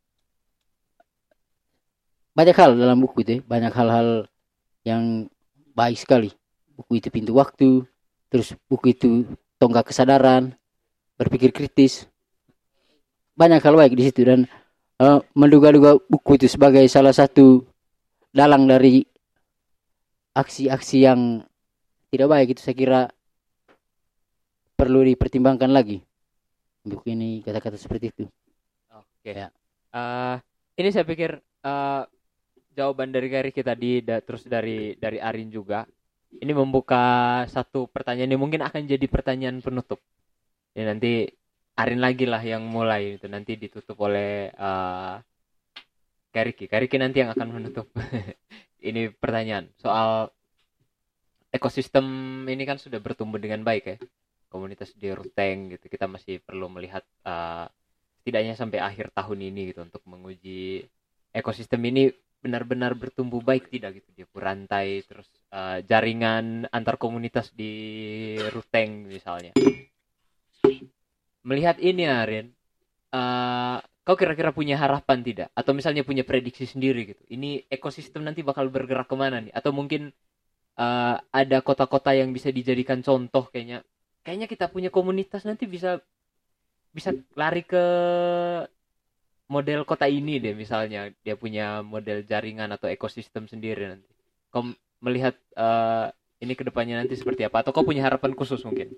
banyak hal dalam buku itu, banyak hal-hal yang baik sekali. Buku itu pintu waktu, terus buku itu tonggak kesadaran, berpikir kritis, banyak hal baik di situ. Dan uh, menduga-duga buku itu sebagai salah satu dalang dari aksi-aksi yang tidak baik itu, saya kira perlu dipertimbangkan lagi buku ini, kata-kata seperti itu. Oke. Ya. Uh, ini saya pikir uh, jawaban dari Kak Riki tadi, da, terus dari dari Arin juga, ini membuka satu pertanyaan yang mungkin akan jadi pertanyaan penutup. Ya, nanti Arin lagi lah yang mulai itu, nanti ditutup oleh uh, Kak Riki. Kak Riki nanti yang akan menutup. Ini pertanyaan soal ekosistem ini kan sudah bertumbuh dengan baik ya, komunitas di Ruteng gitu. Kita masih perlu melihat uh, setidaknya sampai akhir tahun ini gitu untuk menguji ekosistem ini benar-benar bertumbuh baik tidak gitu, dia berantai terus uh, jaringan antar komunitas di Ruteng misalnya. Melihat ini Arin, uh, kau kira-kira punya harapan tidak, atau misalnya punya prediksi sendiri gitu, ini ekosistem nanti bakal bergerak kemana nih, atau mungkin uh, ada kota-kota yang bisa dijadikan contoh, kayaknya kayaknya kita punya komunitas nanti bisa bisa lari ke model kota ini deh, misalnya dia punya model jaringan atau ekosistem sendiri nanti. Kau melihat uh, ini kedepannya nanti seperti apa? Atau kau punya harapan khusus mungkin?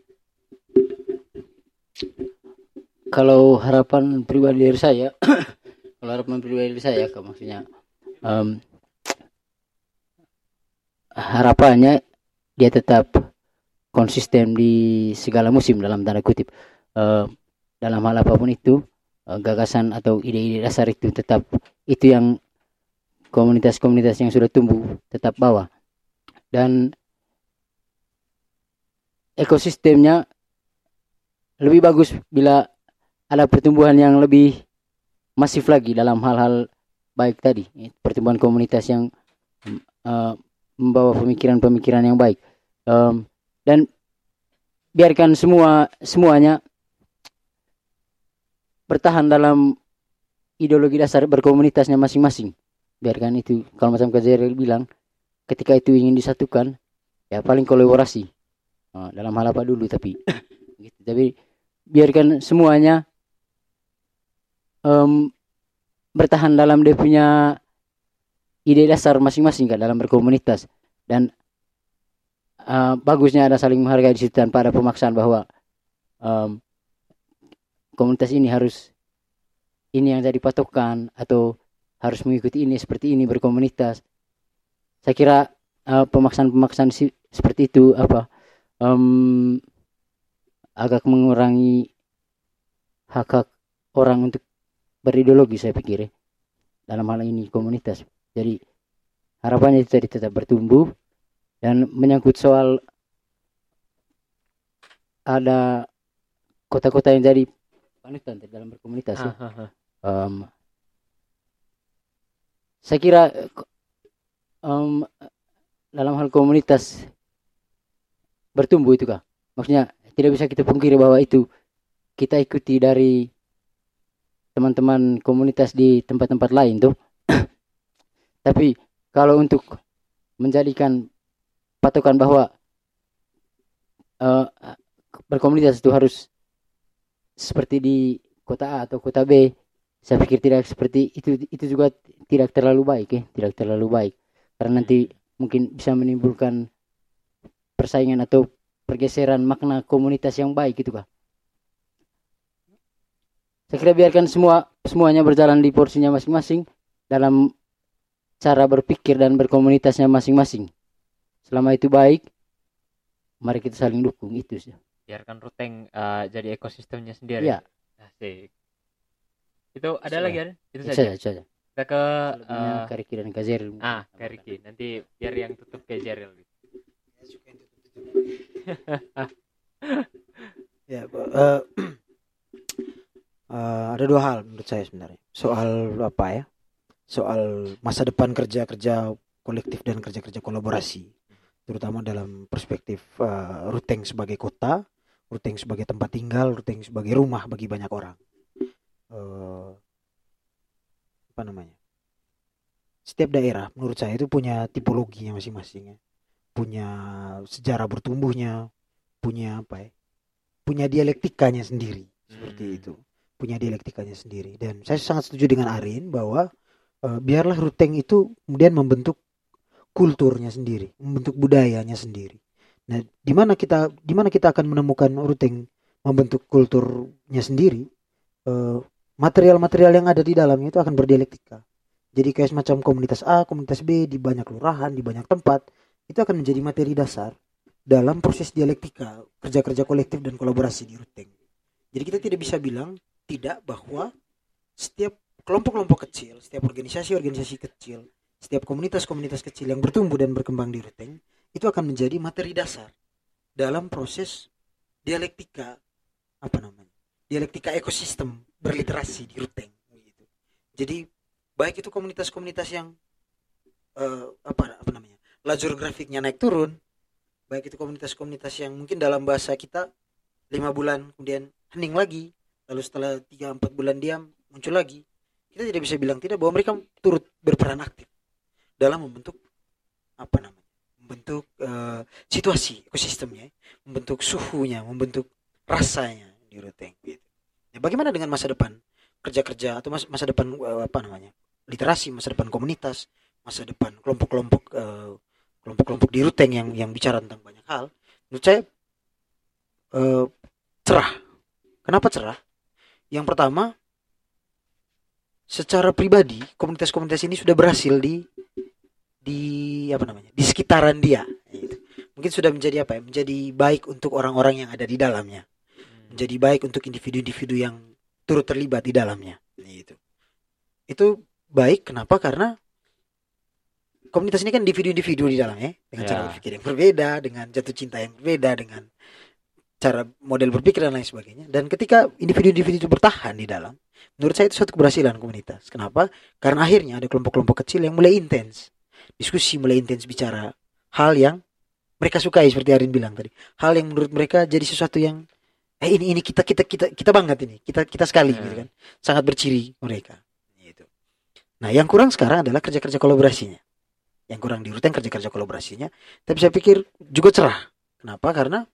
Kalau harapan pribadi dari saya, kalau harapan pribadi dari saya, maksudnya um, harapannya dia tetap konsisten di segala musim dalam tanda kutip. Uh, dalam hal apapun itu, uh, gagasan atau ide-ide dasar itu tetap itu yang komunitas-komunitas yang sudah tumbuh tetap bawa. Dan ekosistemnya lebih bagus bila ada pertumbuhan yang lebih masif lagi dalam hal-hal baik tadi, pertumbuhan komunitas yang uh, membawa pemikiran-pemikiran yang baik, um, dan biarkan semua semuanya bertahan dalam ideologi dasar berkomunitasnya masing-masing. Biarkan itu, kalau macam Kak Zeril bilang, ketika itu ingin disatukan, ya paling kolaborasi uh, dalam hal apa dulu, tapi gitu. Tapi biarkan semuanya um, bertahan dalam dia punya ide dasar masing-masing kan dalam berkomunitas. Dan uh, bagusnya ada saling menghargai di situ tanpa ada pemaksaan bahwa um, komunitas ini harus ini yang jadi patokan atau harus mengikuti ini seperti ini berkomunitas. Saya kira uh, pemaksaan-pemaksaan si, seperti itu apa um, agak mengurangi hak-hak orang untuk berideologi, saya pikir ya, dalam hal ini komunitas. Jadi harapannya itu tadi tetap bertumbuh. Dan menyangkut soal ada kota-kota yang jadi panutan dalam berkomunitas ya. Um, saya kira um, dalam hal komunitas bertumbuh itu kah, maksudnya tidak bisa kita pungkiri bahwa itu kita ikuti dari teman-teman komunitas di tempat-tempat lain tuh. Tapi kalau untuk menjadikan patokan bahwa uh, berkomunitas itu harus seperti di kota A atau kota B, saya pikir tidak seperti itu. Itu juga tidak terlalu baik ya, tidak terlalu baik, karena nanti mungkin bisa menimbulkan persaingan atau pergeseran makna komunitas yang baik gitu kah. Saya kira biarkan semua semuanya berjalan di porsinya masing-masing dalam cara berpikir dan berkomunitasnya masing-masing. Selama itu baik, mari kita saling dukung, itu sih. Biarkan Ruteng uh, jadi ekosistemnya sendiri. Iya. Asik. Itu ada Sudah. lagi ada? Itu Itu saja. saja, saja. Kita ke Uh, uh, Kariki dan Kazeril. ah Kariki. Nanti biar yang tutup ke Jeril. Ya, uh, uh, ada dua hal menurut saya sebenarnya. Soal apa ya? Soal masa depan kerja-kerja kolektif dan kerja-kerja kolaborasi, terutama dalam perspektif uh, Ruteng sebagai kota, Ruteng sebagai tempat tinggal, Ruteng sebagai rumah bagi banyak orang. Uh, apa namanya? Setiap daerah menurut saya itu punya tipologinya masing-masing ya. Punya sejarah bertumbuhnya, punya apa ya? Punya dialektikanya sendiri, seperti Hmm. itu. Punya dialektikanya sendiri. Dan saya sangat setuju dengan Arin bahwa uh, biarlah Ruteng itu kemudian membentuk kulturnya sendiri, membentuk budayanya sendiri. Nah, di mana kita di mana kita akan menemukan Ruteng membentuk kulturnya sendiri? Uh, material-material yang ada di dalamnya itu akan berdialektika. Jadi kayak semacam komunitas A, komunitas B di banyak kelurahan, di banyak tempat, itu akan menjadi materi dasar dalam proses dialektika kerja-kerja kolektif dan kolaborasi di Ruteng. Jadi kita tidak bisa bilang tidak bahwa setiap kelompok-kelompok kecil, setiap organisasi-organisasi kecil, setiap komunitas-komunitas kecil yang bertumbuh dan berkembang di Ruteng itu akan menjadi materi dasar dalam proses dialektika apa namanya? Dialektika ekosistem berliterasi di Ruteng gitu. Jadi baik itu komunitas-komunitas yang uh, apa apa namanya? lajur grafiknya naik turun, baik itu komunitas-komunitas yang mungkin dalam bahasa kita lima bulan kemudian hening lagi, lalu setelah tiga empat bulan diam muncul lagi. Kita tidak bisa bilang tidak bahwa mereka turut berperan aktif dalam membentuk apa namanya? Membentuk uh, situasi ekosistemnya, membentuk suhunya, membentuk rasanya di Ruteng gitu. Ya, bagaimana dengan masa depan kerja-kerja atau masa, masa depan eh, apa namanya literasi, masa depan komunitas, masa depan kelompok-kelompok eh, kelompok-kelompok di Ruteng yang yang bicara tentang banyak hal. Menurut saya eh, cerah. Kenapa cerah? Yang pertama, secara pribadi komunitas-komunitas ini sudah berhasil di di apa namanya di sekitaran dia. Gitu. Mungkin sudah menjadi apa ya? Menjadi baik untuk orang-orang yang ada di dalamnya. Menjadi baik untuk individu-individu yang turut terlibat di dalamnya. Gitu. Itu baik. Kenapa? Karena komunitas ini kan individu-individu di dalamnya, dengan Ya. cara berpikir yang berbeda, dengan jatuh cinta yang berbeda, dengan cara model berpikir dan lain sebagainya. Dan ketika individu-individu itu bertahan di dalam, menurut saya itu suatu keberhasilan komunitas. Kenapa? Karena akhirnya ada kelompok-kelompok kecil yang mulai intens diskusi, mulai intens bicara hal yang mereka sukai, seperti Arin bilang tadi, hal yang menurut mereka jadi sesuatu yang eh ini ini kita kita kita kita banget ini, kita kita sekali Hmm. gitu kan, sangat berciri mereka. Gitu. Nah, yang kurang sekarang adalah kerja-kerja kolaborasinya. Yang kurang di Ruteng kerja-kerja kolaborasinya. Tapi saya pikir juga cerah. Kenapa? Karena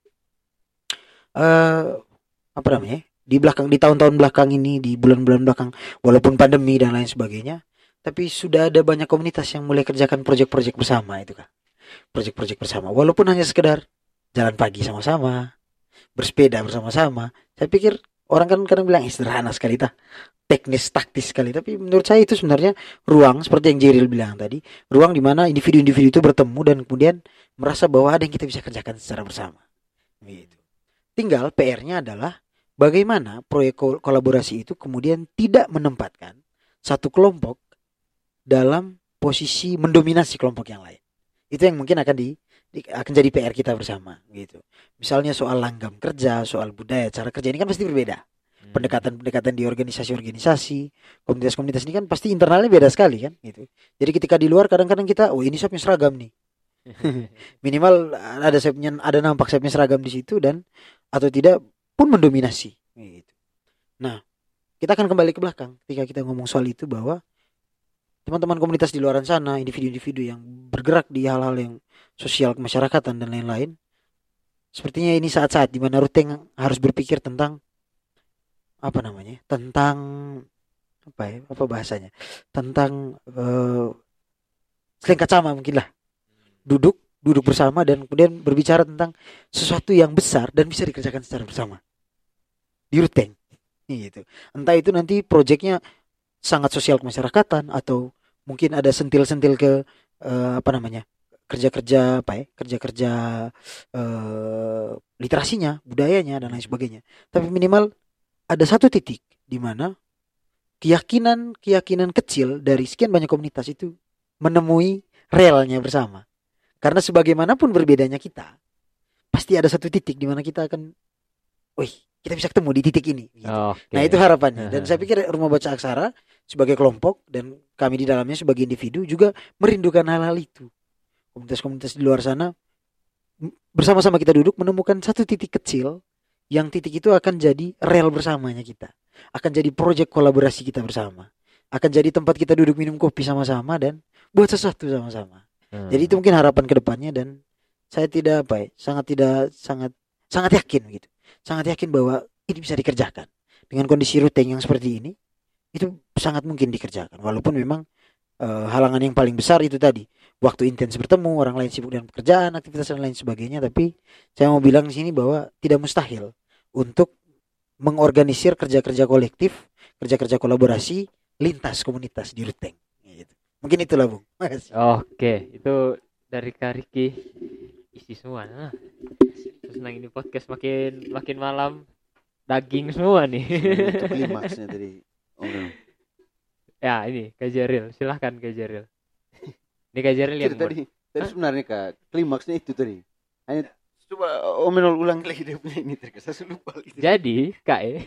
eh apa namanya? Di belakang di tahun-tahun belakang ini, di bulan-bulan belakang, walaupun pandemi dan lain sebagainya, tapi sudah ada banyak komunitas yang mulai kerjakan proyek-proyek bersama itu kan. Proyek-proyek bersama. Walaupun hanya sekedar jalan pagi sama-sama, bersepeda bersama-sama. Saya pikir orang kan kadang bilang "Eh, sederhana sekali tah. Teknis taktis sekali, tapi menurut saya itu sebenarnya ruang seperti yang Jeril bilang tadi, ruang di mana individu-individu itu bertemu dan kemudian merasa bahwa ada yang kita bisa kerjakan secara bersama. Gitu. Tinggal P R-nya adalah bagaimana proyek kol- kolaborasi itu kemudian tidak menempatkan satu kelompok dalam posisi mendominasi kelompok yang lain. Itu yang mungkin akan di, di akan jadi P R kita bersama gitu. Misalnya soal langgam kerja, soal budaya, cara kerja ini kan pasti berbeda. Hmm. Pendekatan-pendekatan di organisasi-organisasi, komunitas-komunitas ini kan pasti internalnya beda sekali kan gitu. Jadi ketika di luar kadang-kadang kita, oh ini shopnya seragam nih. Minimal ada shopnya, ada nampak shopnya seragam di situ dan atau tidak pun mendominasi gitu. Nah, kita akan kembali ke belakang ketika kita ngomong soal itu, bahwa teman-teman komunitas di luar sana, individu-individu yang bergerak di hal-hal yang sosial kemasyarakatan dan lain-lain, sepertinya ini saat-saat di mana Ruteng harus berpikir tentang apa namanya? Tentang apa ya? Apa bahasanya? Tentang uh, selengkat sama mungkin lah. Duduk, duduk bersama dan kemudian berbicara tentang sesuatu yang besar dan bisa dikerjakan secara bersama. Di Ruteng. Gitu. Entah itu nanti proyeknya sangat sosial kemasyarakatan atau mungkin ada sentil-sentil ke uh, apa namanya? kerja-kerja apa ya? kerja-kerja uh, literasinya, budayanya dan lain sebagainya. Tapi minimal ada satu titik di mana keyakinan-keyakinan kecil dari sekian banyak komunitas itu menemui relnya bersama. Karena sebagaimanapun berbedanya kita, pasti ada satu titik di mana kita akan, wih, kita bisa ketemu di titik ini. Gitu. Oke. Nah itu harapannya. Dan saya pikir Rumah Baca Aksara sebagai kelompok dan kami di dalamnya sebagai individu juga merindukan hal-hal itu. Komunitas-komunitas di luar sana bersama-sama kita duduk menemukan satu titik kecil yang titik itu akan jadi rel bersamanya kita. Akan jadi proyek kolaborasi kita bersama. Akan jadi tempat kita duduk minum kopi sama-sama dan buat sesuatu sama-sama. Hmm. Jadi itu mungkin harapan ke depannya dan saya tidak apa ya, sangat tidak sangat sangat yakin gitu. Sangat yakin bahwa ini bisa dikerjakan. Dengan kondisi Ruteng yang seperti ini, itu sangat mungkin dikerjakan. Walaupun memang uh, halangan yang paling besar itu tadi, waktu intens bertemu, orang lain sibuk dengan pekerjaan, aktivitas dan lain sebagainya, tapi saya mau bilang di sini bahwa tidak mustahil untuk mengorganisir kerja-kerja kolektif, kerja-kerja kolaborasi lintas komunitas di Ruteng. Gitu. Mungkin itulah Bung. Makasih. Oke, itu dari Kak Riki. Isi semua. Nah. Terus senang ini podcast makin makin malam daging semua nih. Itu klimaksnya tadi. Oh, ya ini Kak Jeril, silahkan Kak Jeril. Ini Kak Jeril yang tadi, tadi sebenarnya Kak, klimaksnya itu tadi. Hanya coba Omenol ulang lagi dia punya ini terkesan saya lupa gitu. Jadi Kak eh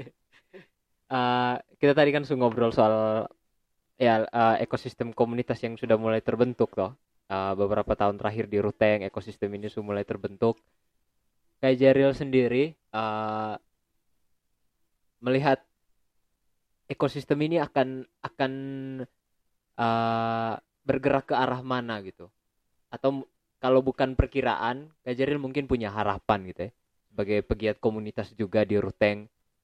uh, kita tadi kan sudah ngobrol soal ya uh, ekosistem komunitas yang sudah mulai terbentuk toh. Uh, beberapa tahun terakhir di Ruteng ekosistem ini sudah mulai terbentuk. Kak Jeril sendiri uh, melihat ekosistem ini akan akan uh, bergerak ke arah mana gitu, atau kalau bukan perkiraan, Kak Jeril mungkin punya harapan gitu ya sebagai pegiat komunitas juga di Ruteng,